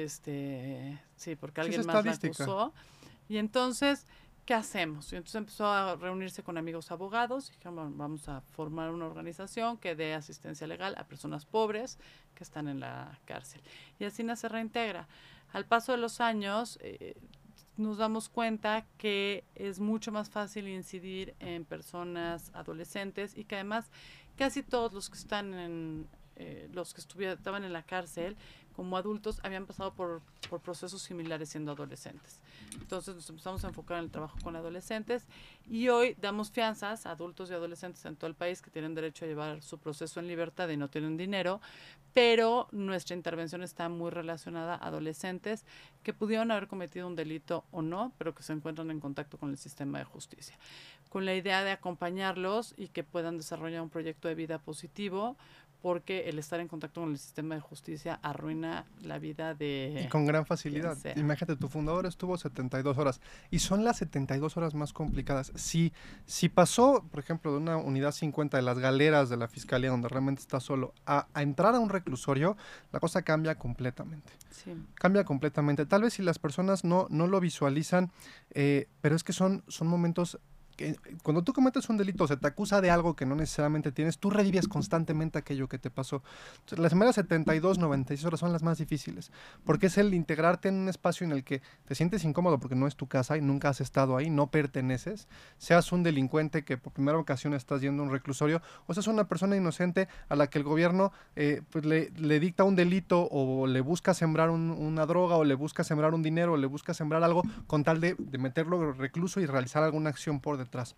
este, sí, porque Sí, es alguien más la estadística. acusó. Y entonces, ¿qué hacemos? Y entonces empezó a reunirse con amigos abogados y dijeron, bueno, vamos a formar una organización que dé asistencia legal a personas pobres que están en la cárcel. Y así nace Reintegra. Al paso de los años, eh, nos damos cuenta que es mucho más fácil incidir en personas adolescentes y que además casi todos los que están en, eh, los que estuvieron, estaban en la cárcel como adultos habían pasado por, por procesos similares siendo adolescentes. Entonces nos empezamos a enfocar en el trabajo con adolescentes y hoy damos fianzas a adultos y adolescentes en todo el país que tienen derecho a llevar su proceso en libertad y no tienen dinero, pero nuestra intervención está muy relacionada a adolescentes que pudieron haber cometido un delito o no, pero que se encuentran en contacto con el sistema de justicia, con la idea de acompañarlos y que puedan desarrollar un proyecto de vida positivo, porque el estar en contacto con el sistema de justicia arruina la vida de... Y con gran facilidad. sea. Imagínate, tu fundador estuvo setenta y dos horas. Y son las setenta y dos horas más complicadas. Si, si pasó, por ejemplo, de una unidad cincuenta de las galeras de la fiscalía, donde realmente está solo, a, a entrar a un reclusorio, la cosa cambia completamente. Sí. Cambia completamente. Tal vez si las personas no, no lo visualizan, eh, pero es que son, son momentos... Que cuando tú cometes un delito, se te acusa de algo que no necesariamente tienes, tú revives constantemente aquello que te pasó. Entonces, las primeras setenta y dos, noventa y seis horas son las más difíciles, porque es el integrarte en un espacio en el que te sientes incómodo porque no es tu casa y nunca has estado ahí, no perteneces, seas un delincuente que por primera ocasión estás yendo a un reclusorio, o seas una persona inocente a la que el gobierno eh, pues le, le dicta un delito o le busca sembrar un, una droga o le busca sembrar un dinero o le busca sembrar algo con tal de, de meterlo recluso y realizar alguna acción por detrás.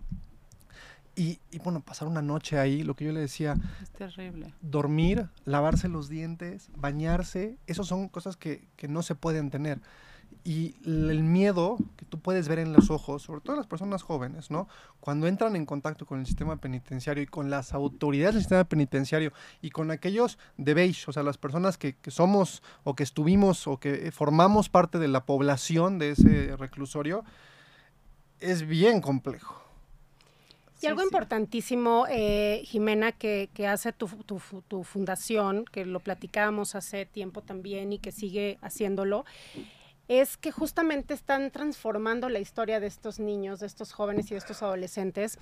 Y, y bueno, pasar una noche ahí, lo que yo le decía, es terrible. Dormir, lavarse los dientes, bañarse, esas son cosas que, que no se pueden tener. Y el miedo que tú puedes ver en los ojos, sobre todo las personas jóvenes, ¿no? Cuando entran en contacto con el sistema penitenciario y con las autoridades del sistema penitenciario y con aquellos de beige, o sea, las personas que, que somos o que estuvimos o que formamos parte de la población de ese reclusorio, es bien complejo. Y Sí, algo sí. importantísimo, eh, Jimena, que, que hace tu, tu, tu fundación, que lo platicábamos hace tiempo también y que sigue haciéndolo, es que justamente están transformando la historia de estos niños, de estos jóvenes y de estos adolescentes,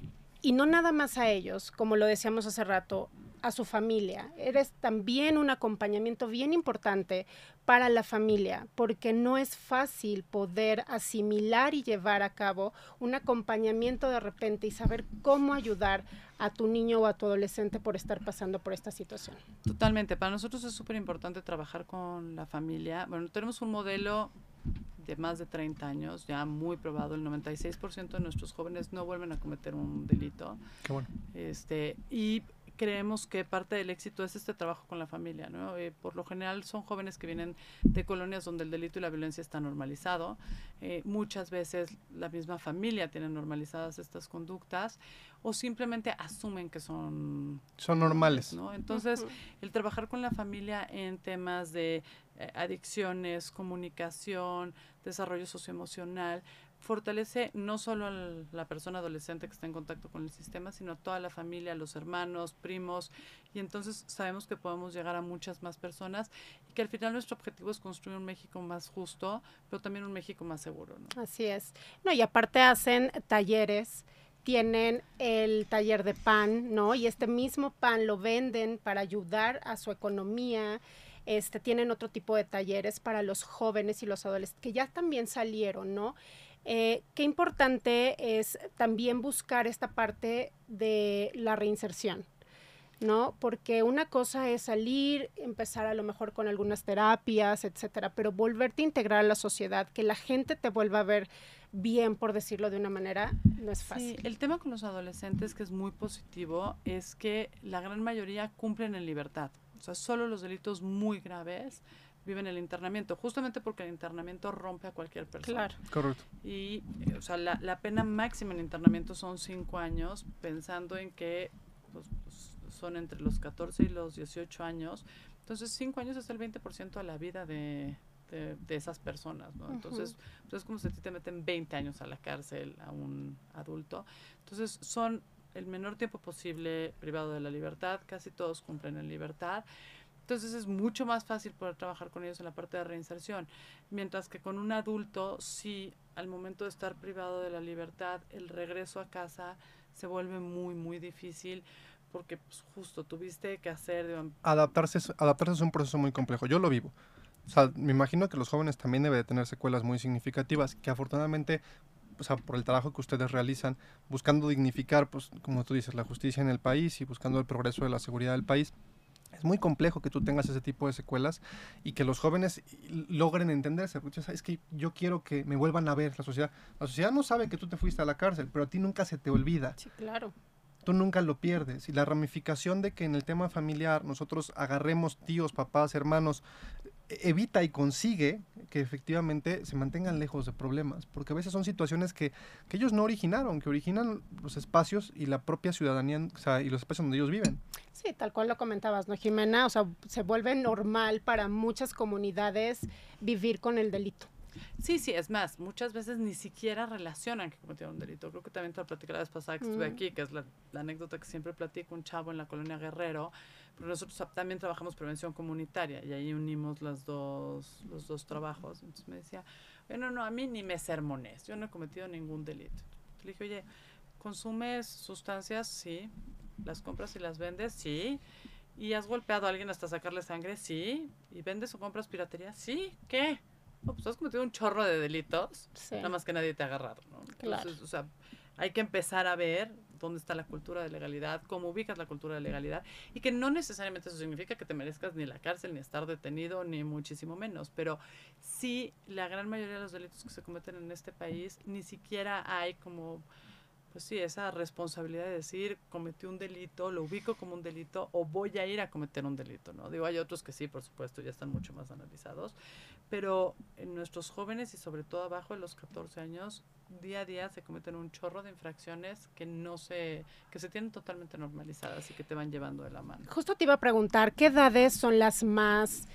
y no nada más a ellos, como lo decíamos hace rato, a su familia. Eres también un acompañamiento bien importante para la familia, porque no es fácil poder asimilar y llevar a cabo un acompañamiento de repente y saber cómo ayudar a tu niño o a tu adolescente por estar pasando por esta situación. Totalmente. Para nosotros es súper importante trabajar con la familia. Bueno, tenemos un modelo de más de treinta años, ya muy probado. El noventa y seis por ciento de nuestros jóvenes no vuelven a cometer un delito. Qué bueno. Este, y creemos que parte del éxito es este trabajo con la familia, ¿no? Eh, por lo general son jóvenes que vienen de colonias donde el delito y la violencia está normalizado. Eh, muchas veces la misma familia tiene normalizadas estas conductas o simplemente asumen que son... Son normales. ¿no? Entonces, Uh-huh. el trabajar con la familia en temas de eh, adicciones, comunicación, desarrollo socioemocional, fortalece no solo a la persona adolescente que está en contacto con el sistema, sino a toda la familia, los hermanos, primos, y entonces sabemos que podemos llegar a muchas más personas y que al final nuestro objetivo es construir un México más justo, pero también un México más seguro, ¿no? Así es. No, y aparte hacen talleres, tienen el taller de pan, ¿no? Y este mismo pan lo venden para ayudar a su economía. Este, tienen otro tipo de talleres para los jóvenes y los adolescentes que ya también salieron, ¿no? Eh, qué importante es también buscar esta parte de la reinserción, ¿no? Porque una cosa es salir, empezar a lo mejor con algunas terapias, etcétera, pero volverte a integrar a la sociedad, que la gente te vuelva a ver bien, por decirlo de una manera, no es fácil. Sí, el tema con los adolescentes que es muy positivo es que la gran mayoría cumplen en libertad. O sea, solo los delitos muy graves viven el internamiento, justamente porque el internamiento rompe a cualquier persona. Claro. Correcto. Y, eh, o sea, la, la pena máxima en internamiento son cinco años, pensando en que pues, son entre los catorce y los dieciocho años, Entonces, cinco años es el veinte por ciento de la vida de, de, de esas personas, ¿no? Entonces, uh-huh. pues es como si a ti te meten veinte años a la cárcel a un adulto. Entonces, son el menor tiempo posible privado de la libertad, casi todos cumplen en libertad. Entonces es mucho más fácil poder trabajar con ellos en la parte de reinserción, mientras que con un adulto, sí, al momento de estar privado de la libertad, el regreso a casa se vuelve muy, muy difícil, porque pues, justo tuviste que hacer... Digo, adaptarse, adaptarse es un proceso muy complejo, yo lo vivo. O sea, me imagino que los jóvenes también deben de tener secuelas muy significativas, que afortunadamente, o sea, por el trabajo que ustedes realizan, buscando dignificar, pues, como tú dices, la justicia en el país y buscando el progreso de la seguridad del país, es muy complejo que tú tengas ese tipo de secuelas y que los jóvenes logren entenderse. Porque es que yo quiero que me vuelvan a ver la sociedad. La sociedad no sabe que tú te fuiste a la cárcel, pero a ti nunca se te olvida. Sí, claro. Tú nunca lo pierdes. Y la ramificación de que en el tema familiar nosotros agarremos tíos, papás, hermanos, evita y consigue que efectivamente se mantengan lejos de problemas, porque a veces son situaciones que, que ellos no originaron, que originan los espacios y la propia ciudadanía, o sea, y los espacios donde ellos viven. Sí, tal cual lo comentabas, ¿no, Jimena? O sea, se vuelve normal para muchas comunidades vivir con el delito. Sí, sí, es más, muchas veces ni siquiera relacionan que cometieron un delito. Creo que también te lo platicé la vez pasada que estuve mm. aquí, que es la, la anécdota que siempre platico, un chavo en la colonia Guerrero, pero nosotros también trabajamos prevención comunitaria y ahí unimos las dos, los dos trabajos. Entonces me decía, bueno, no, a mí ni me sermones, yo no he cometido ningún delito. Le dije, oye, ¿consumes sustancias? Sí. ¿Las compras y las vendes? Sí. ¿Y has golpeado a alguien hasta sacarle sangre? Sí. ¿Y vendes o compras piratería? Sí. ¿Qué? No, pues has cometido un chorro de delitos, sí. Nada más que nadie te ha agarrado, ¿no? Claro. Entonces, o sea, hay que empezar a ver dónde está la cultura de legalidad, cómo ubicas la cultura de legalidad, y que no necesariamente eso significa que te merezcas ni la cárcel, ni estar detenido, ni muchísimo menos, pero sí, la gran mayoría de los delitos que se cometen en este país, ni siquiera hay como... pues sí, esa responsabilidad de decir, cometí un delito, lo ubico como un delito o voy a ir a cometer un delito, ¿no? Digo, hay otros que sí, por supuesto, ya están mucho más analizados, pero en nuestros jóvenes y sobre todo abajo de los catorce años, día a día se cometen un chorro de infracciones que no se, que se tienen totalmente normalizadas y que te van llevando de la mano. Justo te iba a preguntar, ¿qué edades son las más...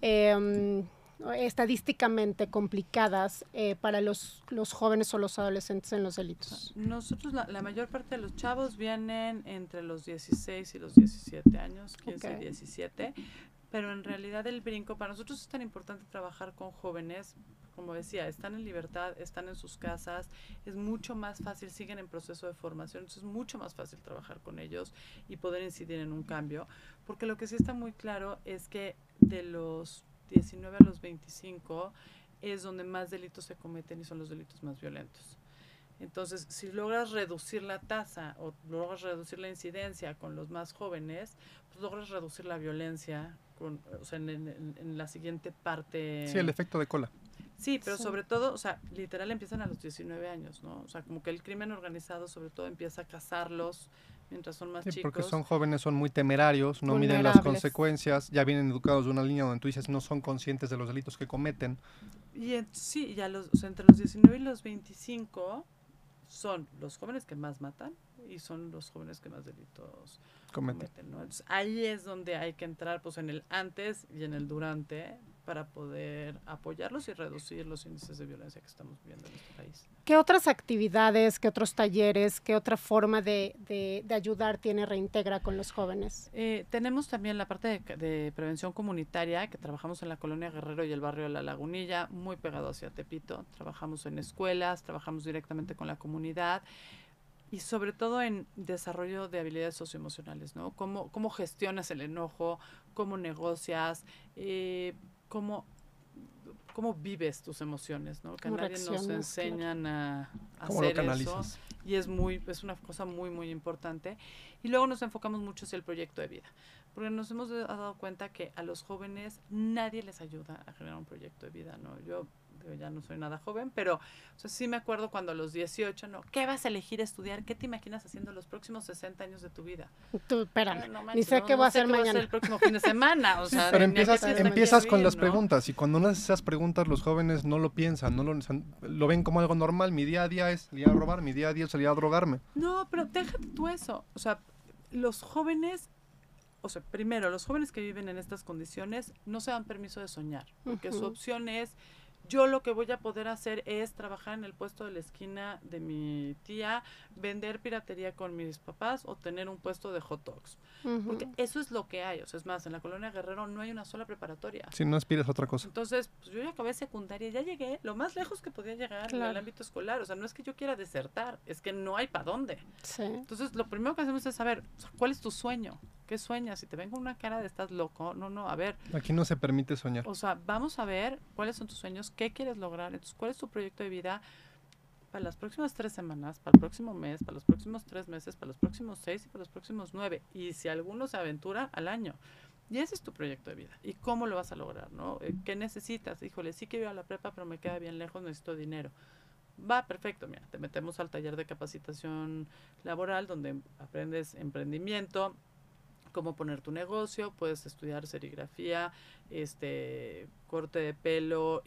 Eh, estadísticamente complicadas eh, para los, los jóvenes o los adolescentes en los delitos? Nosotros, la, la mayor parte de los chavos vienen entre los dieciséis y los diecisiete años, quince okay. y diecisiete, pero en realidad el brinco, para nosotros es tan importante trabajar con jóvenes, como decía, están en libertad, están en sus casas, es mucho más fácil, siguen en proceso de formación, entonces es mucho más fácil trabajar con ellos y poder incidir en un cambio, porque lo que sí está muy claro es que de los diecinueve a los veinticinco es donde más delitos se cometen y son los delitos más violentos. Entonces, si logras reducir la tasa o logras reducir la incidencia con los más jóvenes, pues logras reducir la violencia con, o sea, en, en, en la siguiente parte. Sí, el efecto de cola. Sí, pero sí. sobre todo, o sea, literal empiezan a los diecinueve años, ¿no? O sea, como que el crimen organizado sobre todo empieza a cazarlos mientras son más sí, chicos. Porque son jóvenes, son muy temerarios, no miden las consecuencias, ya vienen educados de una línea donde tú dices no son conscientes de los delitos que cometen. Y en, sí, ya los, o sea, entre los diecinueve y los veinticinco son los jóvenes que más matan y son los jóvenes que más delitos cometen, cometen, ¿no? Entonces, ahí es donde hay que entrar pues en el antes y en el durante para poder apoyarlos y reducir los índices de violencia que estamos viendo en este país. ¿Qué otras actividades, qué otros talleres, qué otra forma de, de, de ayudar tiene Reintegra con los jóvenes? Eh, tenemos también la parte de, de prevención comunitaria, que trabajamos en la Colonia Guerrero y el barrio de La Lagunilla, muy pegado hacia Tepito. Trabajamos en escuelas, trabajamos directamente con la comunidad y sobre todo en desarrollo de habilidades socioemocionales, ¿no? Cómo, cómo gestionas el enojo, cómo negocias, eh, cómo, cómo vives tus emociones, ¿no? Que a nadie nos enseñan a, a hacer eso. Y es muy, es una cosa muy, muy importante. Y luego nos enfocamos mucho hacia el proyecto de vida. Porque nos hemos dado cuenta que a los jóvenes nadie les ayuda a generar un proyecto de vida, ¿no? Yo digo, ya no soy nada joven, pero o sea, sí me acuerdo cuando a los dieciocho, ¿no? ¿Qué vas a elegir estudiar? ¿Qué te imaginas haciendo los próximos sesenta años de tu vida? Tú, espérame, no, no ni sé no, qué no voy a sé hacer qué mañana. Va a hacer el próximo fin de semana, o sea, pero empiezas, empiezas con bien, las ¿no? preguntas y cuando uno hace esas preguntas los jóvenes no lo piensan, no lo, lo ven como algo normal. Mi día a día es salir a robar, mi día a día es salir a drogarme. No, pero déjate tú eso, o sea, los jóvenes o sea, primero, los jóvenes que viven en estas condiciones no se dan permiso de soñar, porque uh-huh. su opción es, yo lo que voy a poder hacer es trabajar en el puesto de la esquina de mi tía, vender piratería con mis papás o tener un puesto de hot dogs. Uh-huh. Porque eso es lo que hay. O sea, es más, en la colonia Guerrero no hay una sola preparatoria. Si no aspiras a otra cosa. Entonces, pues yo ya acabé secundaria, ya llegué lo más lejos que podía llegar claro. en el ámbito escolar. O sea, no es que yo quiera desertar, es que no hay para dónde. Sí. Entonces, lo primero que hacemos es saber, o sea, ¿cuál es tu sueño? ¿Qué sueñas? Si te ven con una cara de estás loco, no, no, a ver. Aquí no se permite soñar. O sea, vamos a ver cuáles son tus sueños, qué quieres lograr, entonces, cuál es tu proyecto de vida para las próximas tres semanas, para el próximo mes, para los próximos tres meses, para los próximos seis y para los próximos nueve. Y si alguno se aventura, al año. Y ese es tu proyecto de vida. ¿Y cómo lo vas a lograr, no? ¿Qué necesitas? Híjole, sí quiero ir a la prepa, pero me queda bien lejos, necesito dinero. Va, perfecto, mira, te metemos al taller de capacitación laboral donde aprendes emprendimiento, cómo poner tu negocio, puedes estudiar serigrafía, este, corte de pelo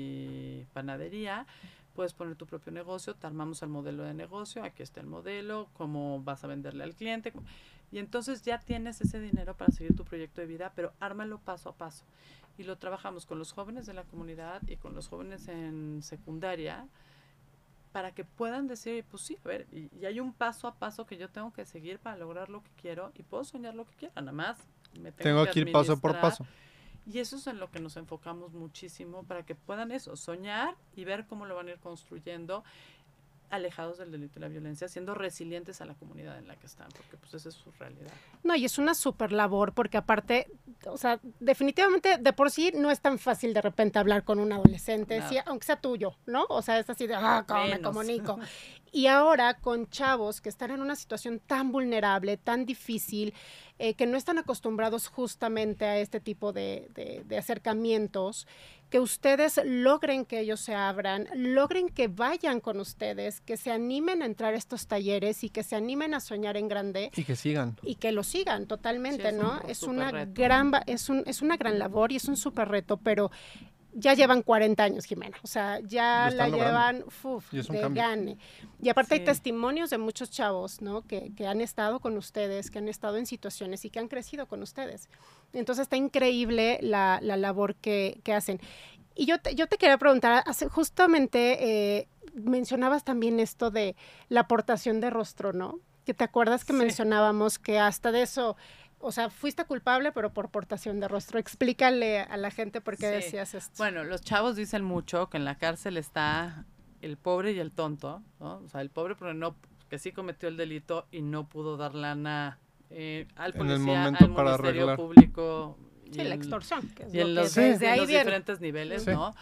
y panadería, puedes poner tu propio negocio, te armamos el modelo de negocio, aquí está el modelo, cómo vas a venderle al cliente, y entonces ya tienes ese dinero para seguir tu proyecto de vida, pero ármalo paso a paso. Y lo trabajamos con los jóvenes de la comunidad y con los jóvenes en secundaria, para que puedan decir, pues sí, a ver, y, y hay un paso a paso que yo tengo que seguir para lograr lo que quiero y puedo soñar lo que quiera, nada más me tengo, tengo que, que ir paso por paso. Y eso es en lo que nos enfocamos muchísimo para que puedan eso, soñar y ver cómo lo van a ir construyendo alejados del delito y la violencia, siendo resilientes a la comunidad en la que están, porque pues esa es su realidad. No, y es una súper labor, porque aparte, o sea, definitivamente de por sí no es tan fácil de repente hablar con un adolescente, sí, aunque sea tuyo, ¿no? O sea, es así de, ah, cómo me comunico. Y ahora con chavos que están en una situación tan vulnerable, tan difícil, eh, que no están acostumbrados justamente a este tipo de, de, de acercamientos, que ustedes logren que ellos se abran, logren que vayan con ustedes, que se animen a entrar a estos talleres y que se animen a soñar en grande. Y que sigan. Y que lo sigan totalmente, sí, es ¿no? Un, es, un una reto. gran, es, un, es una gran labor y es un súper reto, pero ya llevan cuarenta años, Jimena. O sea, ya la logrando. llevan uf, y es un de cambio. gane. Y aparte sí. hay testimonios de muchos chavos, ¿no? Que, que han estado con ustedes, que han estado en situaciones y que han crecido con ustedes. Entonces está increíble la, la labor que, que hacen. Y yo te, yo te quería preguntar, hace, justamente eh, mencionabas también esto de la aportación de rostro, ¿no? Que te acuerdas que sí. mencionábamos que hasta de eso, o sea, fuiste culpable, pero por portación de rostro. Explícale a la gente por qué sí. decías esto. Bueno, los chavos dicen mucho que en la cárcel está el pobre y el tonto, ¿no? O sea, el pobre porque no, que sí cometió el delito y no pudo dar lana eh, al policía, al ministerio público. Sí, la extorsión, que es y lo en que los, sí. desde ahí los viene. diferentes niveles, sí. ¿no?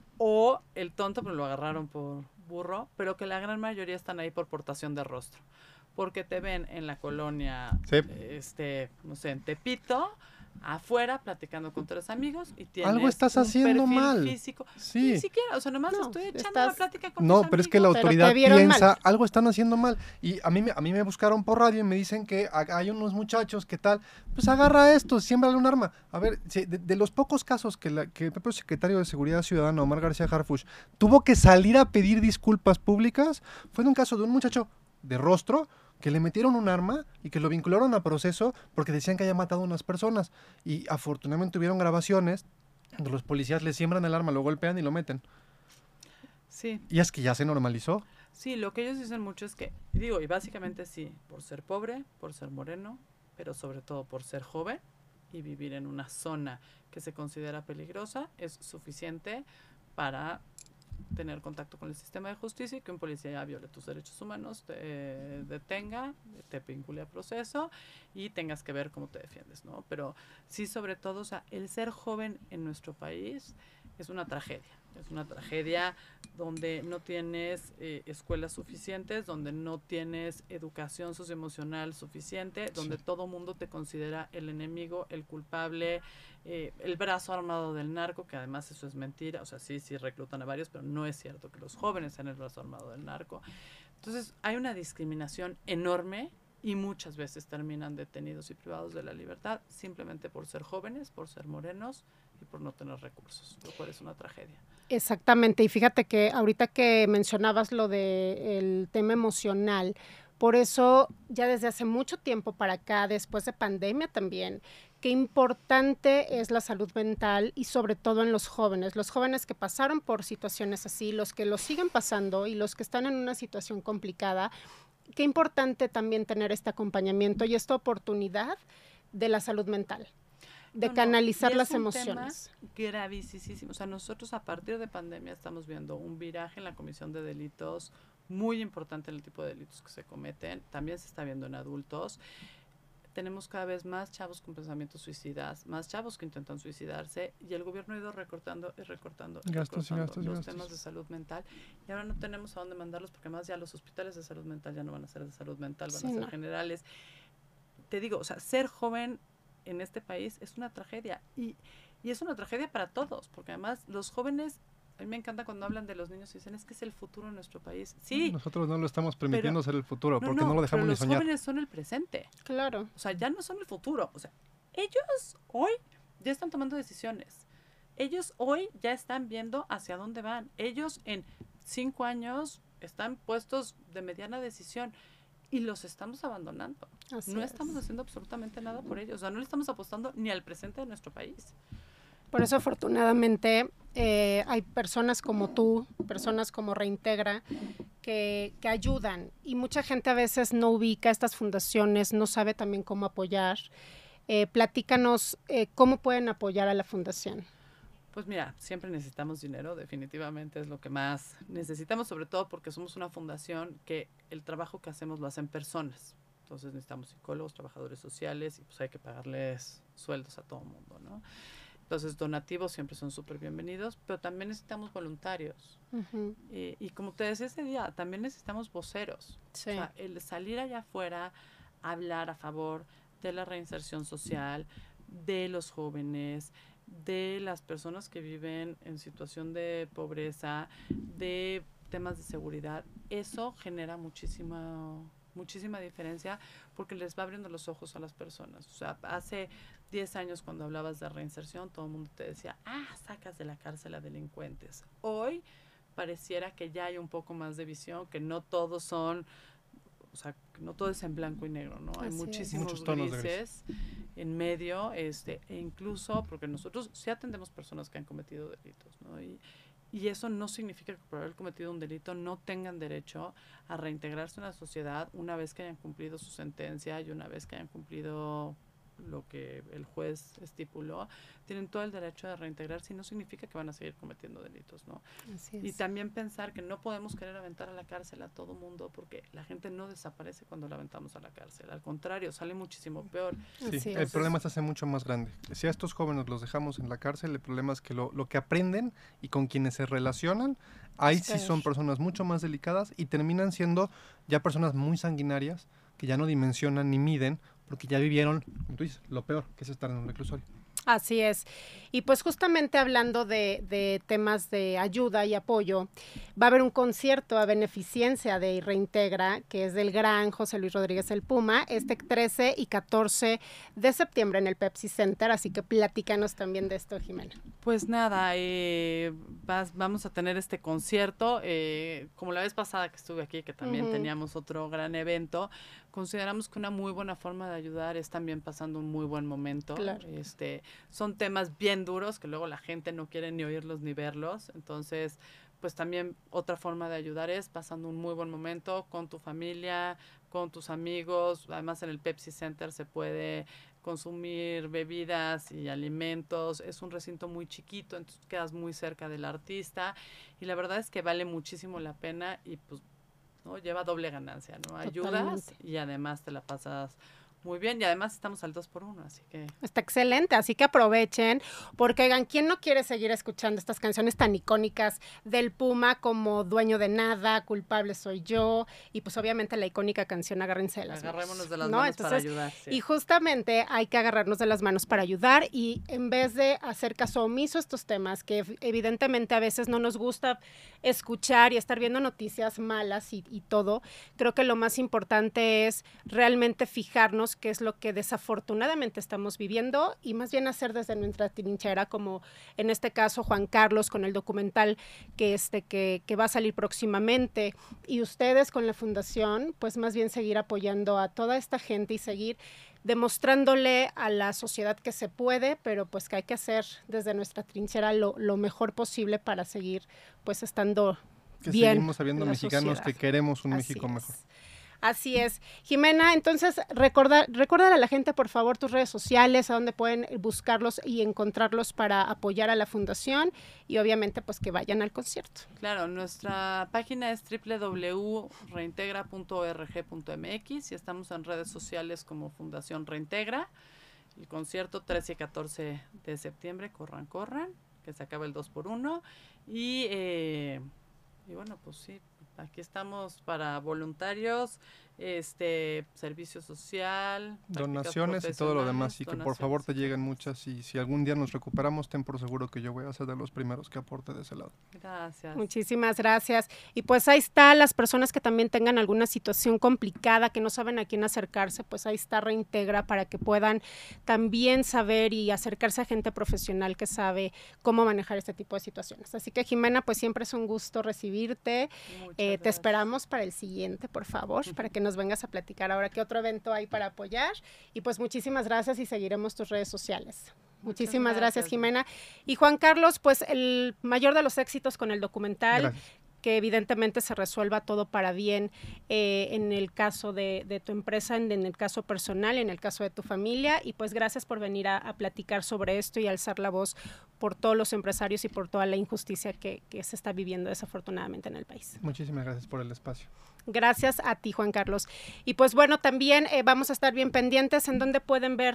O el tonto, pero lo agarraron por burro, pero que la gran mayoría están ahí por portación de rostro. Porque te ven en la colonia, sí. este, no sé, en Tepito, afuera, platicando con tres amigos y tienes algo estás un haciendo perfil mal. físico. Sí. Ni siquiera, o sea, nomás no, estoy echando estás... la plática con No, tus pero amigos. es que la autoridad piensa, mal. algo están haciendo mal. Y a mí, a mí me buscaron por radio y me dicen que hay unos muchachos que tal, pues agarra esto, siémbrale un arma. A ver, de, de los pocos casos que, la, que el propio secretario de Seguridad Ciudadana, Omar García Harfuch, tuvo que salir a pedir disculpas públicas, fue en un caso de un muchacho de rostro, que le metieron un arma y que lo vincularon a proceso porque decían que había matado a unas personas. Y afortunadamente tuvieron grabaciones donde los policías le siembran el arma, lo golpean y lo meten. Sí. Y es que ya se normalizó. Sí, lo que ellos dicen mucho es que, digo, y básicamente sí, por ser pobre, por ser moreno, pero sobre todo por ser joven y vivir en una zona que se considera peligrosa, es suficiente para tener contacto con el sistema de justicia y que un policía ya viole tus derechos humanos, te eh, detenga, te vincule a proceso y tengas que ver cómo te defiendes, ¿no? Pero sí, sobre todo, o sea, el ser joven en nuestro país es una tragedia. Es una tragedia donde no tienes eh, escuelas suficientes, donde no tienes educación socioemocional suficiente, donde sí. todo mundo te considera el enemigo, el culpable, eh, el brazo armado del narco, que además eso es mentira. O sea, sí, sí reclutan a varios, pero no es cierto que los jóvenes sean el brazo armado del narco. Entonces, hay una discriminación enorme y muchas veces terminan detenidos y privados de la libertad simplemente por ser jóvenes, por ser morenos y por no tener recursos, lo cual es una tragedia. Exactamente, y fíjate que ahorita que mencionabas lo del tema emocional, Por eso, ya desde hace mucho tiempo para acá, después de pandemia también, qué importante es la salud mental y sobre todo en los jóvenes, los jóvenes que pasaron por situaciones así, los que lo siguen pasando y los que están en una situación complicada. Qué importante también tener este acompañamiento y esta oportunidad de la salud mental, de no, canalizar no. las es un emociones. Tema gravísimo. O sea, nosotros a partir de pandemia estamos viendo un viraje en la comisión de delitos muy importante en el tipo de delitos que se cometen. También se está viendo en adultos. Tenemos cada vez más chavos con pensamientos suicidas, más chavos que intentan suicidarse y el gobierno ha ido recortando y recortando, y gastos, recortando y gastos, los y gastos. temas de salud mental y ahora no tenemos a dónde mandarlos porque además ya los hospitales de salud mental ya no van a ser de salud mental, van Sí, a ser no. generales. Te digo, o sea, ser joven en este país es una tragedia y, y es una tragedia para todos porque además los jóvenes, a mí me encanta cuando hablan de los niños y dicen es que es el futuro de nuestro país. Sí, Nosotros no lo estamos permitiendo pero- ser el futuro, no, porque no, no, lo dejamos pero ni los soñar. jóvenes son el presente. Claro. O sea, ya no son el futuro. O sea, ellos hoy ya están tomando decisiones. Ellos hoy ya están viendo hacia dónde van. Ellos en cinco años están puestos de mediana decisión y los estamos abandonando. Así no es. estamos haciendo absolutamente nada por ellos. O sea, no le estamos apostando ni al presente de nuestro país. Por eso, afortunadamente, eh, hay personas como tú, personas como Reintegra, que, que ayudan. Y mucha gente a veces no ubica estas fundaciones, no sabe también cómo apoyar. Eh, platícanos eh, cómo pueden apoyar a la fundación. Pues mira, siempre necesitamos dinero, definitivamente es lo que más necesitamos, sobre todo porque somos una fundación que el trabajo que hacemos lo hacen personas. Entonces necesitamos psicólogos, trabajadores sociales y pues hay que pagarles sueldos a todo el mundo, ¿no? Entonces donativos siempre son súper bienvenidos, pero también necesitamos voluntarios. Uh-huh. Eh, y como te decía ese día, también necesitamos voceros. Sí. O sea, el salir allá afuera, hablar a favor de la reinserción social, de los jóvenes, de las personas que viven en situación de pobreza, de temas de seguridad, eso genera muchísima, muchísima diferencia porque les va abriendo los ojos a las personas. O sea, hace diez años cuando hablabas de reinserción, todo el mundo te decía, ah, sacas de la cárcel a delincuentes. Hoy pareciera que ya hay un poco más de visión, que no todos son, o sea, que no todo es en blanco y negro, ¿no? Hay Así es. muchísimos Muchos tonos de gris. grises en medio, este, e incluso porque nosotros sí atendemos personas que han cometido delitos, ¿no? Y, y eso no significa que por haber cometido un delito no tengan derecho a reintegrarse en la sociedad una vez que hayan cumplido su sentencia y una vez que hayan cumplido lo que el juez estipuló, tienen todo el derecho de reintegrarse y no significa que van a seguir cometiendo delitos, ¿no? Así Y es. también pensar que no podemos querer aventar a la cárcel a todo mundo porque la gente no desaparece cuando la aventamos a la cárcel, al contrario, sale muchísimo peor. Sí, Así el es. problema se hace mucho más grande. Si a estos jóvenes los dejamos en la cárcel, el problema es que lo, lo que aprenden y con quienes se relacionan, ahí sí son personas mucho más delicadas y terminan siendo ya personas muy sanguinarias que ya no dimensionan ni miden porque ya vivieron, como tú dices, lo peor, que es estar en un reclusorio. Así es. Y pues justamente hablando de, de temas de ayuda y apoyo, va a haber un concierto a beneficencia de Reintegra, que es del gran José Luis Rodríguez el Puma, este trece y catorce de septiembre en el Pepsi Center, así que platícanos también de esto, Jimena. Pues nada, eh, vas, vamos a tener este concierto, eh, como la vez pasada que estuve aquí, que también Ujú. teníamos otro gran evento, consideramos que una muy buena forma de ayudar es también pasando un muy buen momento. Claro. Este, son temas bien duros que luego la gente no quiere ni oírlos ni verlos, entonces pues también otra forma de ayudar es pasando un muy buen momento con tu familia, con tus amigos. Además en el Pepsi Center se puede consumir bebidas y alimentos, es un recinto muy chiquito, entonces quedas muy cerca del artista y la verdad es que vale muchísimo la pena y pues no lleva doble ganancia, ¿no? Ayudas Totalmente. y además te la pasas muy bien y además estamos al dos por uno, así que Está excelente, así que aprovechen, porque oigan, ¿quién no quiere seguir escuchando estas canciones tan icónicas del Puma como Dueño de Nada, Culpable Soy Yo, y pues obviamente la icónica canción Agárrense de las manos? agarrémonos de las ¿no? manos para Entonces, ayudar. Sí. Y justamente hay que agarrarnos de las manos para ayudar y en vez de hacer caso omiso a estos temas que ev- evidentemente a veces no nos gusta escuchar y estar viendo noticias malas y, y todo, creo que lo más importante es realmente fijarnos sabemos qué es lo que desafortunadamente estamos viviendo y más bien hacer desde nuestra trinchera, como en este caso Juan Carlos con el documental que, este, que, que va a salir próximamente, y ustedes con la fundación, pues más bien seguir apoyando a toda esta gente y seguir demostrándole a la sociedad que se puede, pero pues que hay que hacer desde nuestra trinchera lo, lo mejor posible para seguir pues estando que bien. Seguimos habiendo mexicanos sociedad. Que queremos un Así México es. mejor. Así es. Jimena, entonces recordar, recordar a la gente, por favor, tus redes sociales, a dónde pueden buscarlos y encontrarlos para apoyar a la fundación y obviamente pues que vayan al concierto. Claro, nuestra página es doble u doble u doble u punto reintegra punto org punto m x y estamos en redes sociales como Fundación Reintegra. El concierto trece y catorce de septiembre, corran, corran, que se acaba el dos por uno. Y, eh, y bueno, pues sí, aquí estamos para voluntarios, este servicio social, donaciones y todo lo demás, y que por favor te lleguen sí. muchas, y si algún día nos recuperamos, ten por seguro que yo voy a ser de los primeros que aporte de ese lado. Gracias. Muchísimas gracias. Y pues ahí está, las personas que también tengan alguna situación complicada, que no saben a quién acercarse, pues ahí está Reintegra para que puedan también saber y acercarse a gente profesional que sabe cómo manejar este tipo de situaciones. Así que Jimena, pues siempre es un gusto recibirte. Eh, te esperamos para el siguiente, por favor, para que nos vengas a platicar ahora qué otro evento hay para apoyar. Y pues muchísimas gracias y seguiremos tus redes sociales. Muchísimas gracias, gracias, Jimena. Y Juan Carlos, pues el mayor de los éxitos con el documental. Gracias. Que evidentemente se resuelva todo para bien eh, en el caso de, de tu empresa, en, en el caso personal, en el caso de tu familia, y pues gracias por venir a, a platicar sobre esto y alzar la voz por todos los empresarios y por toda la injusticia que, que se está viviendo desafortunadamente en el país. Muchísimas gracias por el espacio. Gracias a ti, Juan Carlos. Y pues bueno, también eh, vamos a estar bien pendientes en dónde pueden ver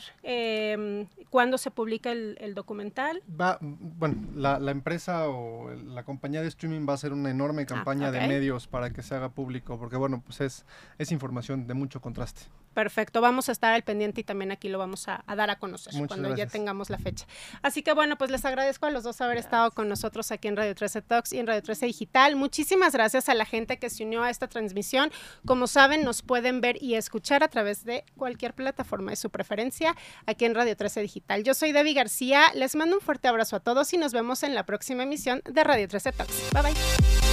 eh, cuándo se publica el, el documental. Va, bueno, la, la empresa o el, la compañía de streaming va a hacer una enorme campaña ah, okay. de medios para que se haga público, porque bueno, pues es, es información de mucho contraste. Perfecto, vamos a estar al pendiente y también aquí lo vamos a, a dar a conocer Muchas cuando gracias. Ya tengamos la fecha. Así que bueno, pues les agradezco a los dos haber gracias. Estado con nosotros aquí en Radio trece Talks y en Radio trece Digital. Muchísimas gracias a la gente que se unió a esta transmisión. Como saben, nos pueden ver y escuchar a través de cualquier plataforma de su preferencia aquí en Radio trece Digital. Yo soy Debbie García, les mando un fuerte abrazo a todos y nos vemos en la próxima emisión de Radio trece Talks. Bye bye.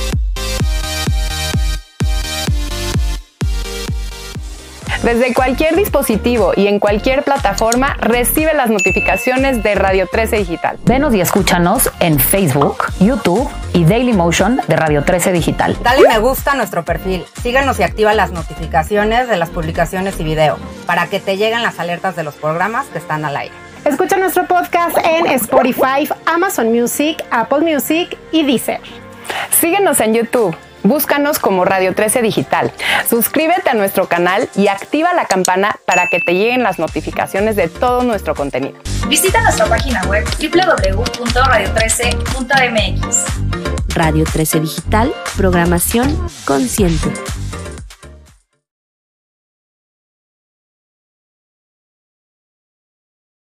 Desde cualquier dispositivo y en cualquier plataforma, recibe las notificaciones de Radio trece Digital. Venos y escúchanos en Facebook, YouTube y Dailymotion de Radio trece Digital. Dale me gusta a nuestro perfil, síguenos y activa las notificaciones de las publicaciones y video para que te lleguen las alertas de los programas que están al aire. Escucha nuestro podcast en Spotify, Amazon Music, Apple Music y Deezer. Síguenos en YouTube. Búscanos como Radio trece Digital. Suscríbete a nuestro canal y activa la campana para que te lleguen las notificaciones de todo nuestro contenido. Visita nuestra página web doble u doble u doble u punto radio trece punto m x. Radio trece Digital, programación consciente.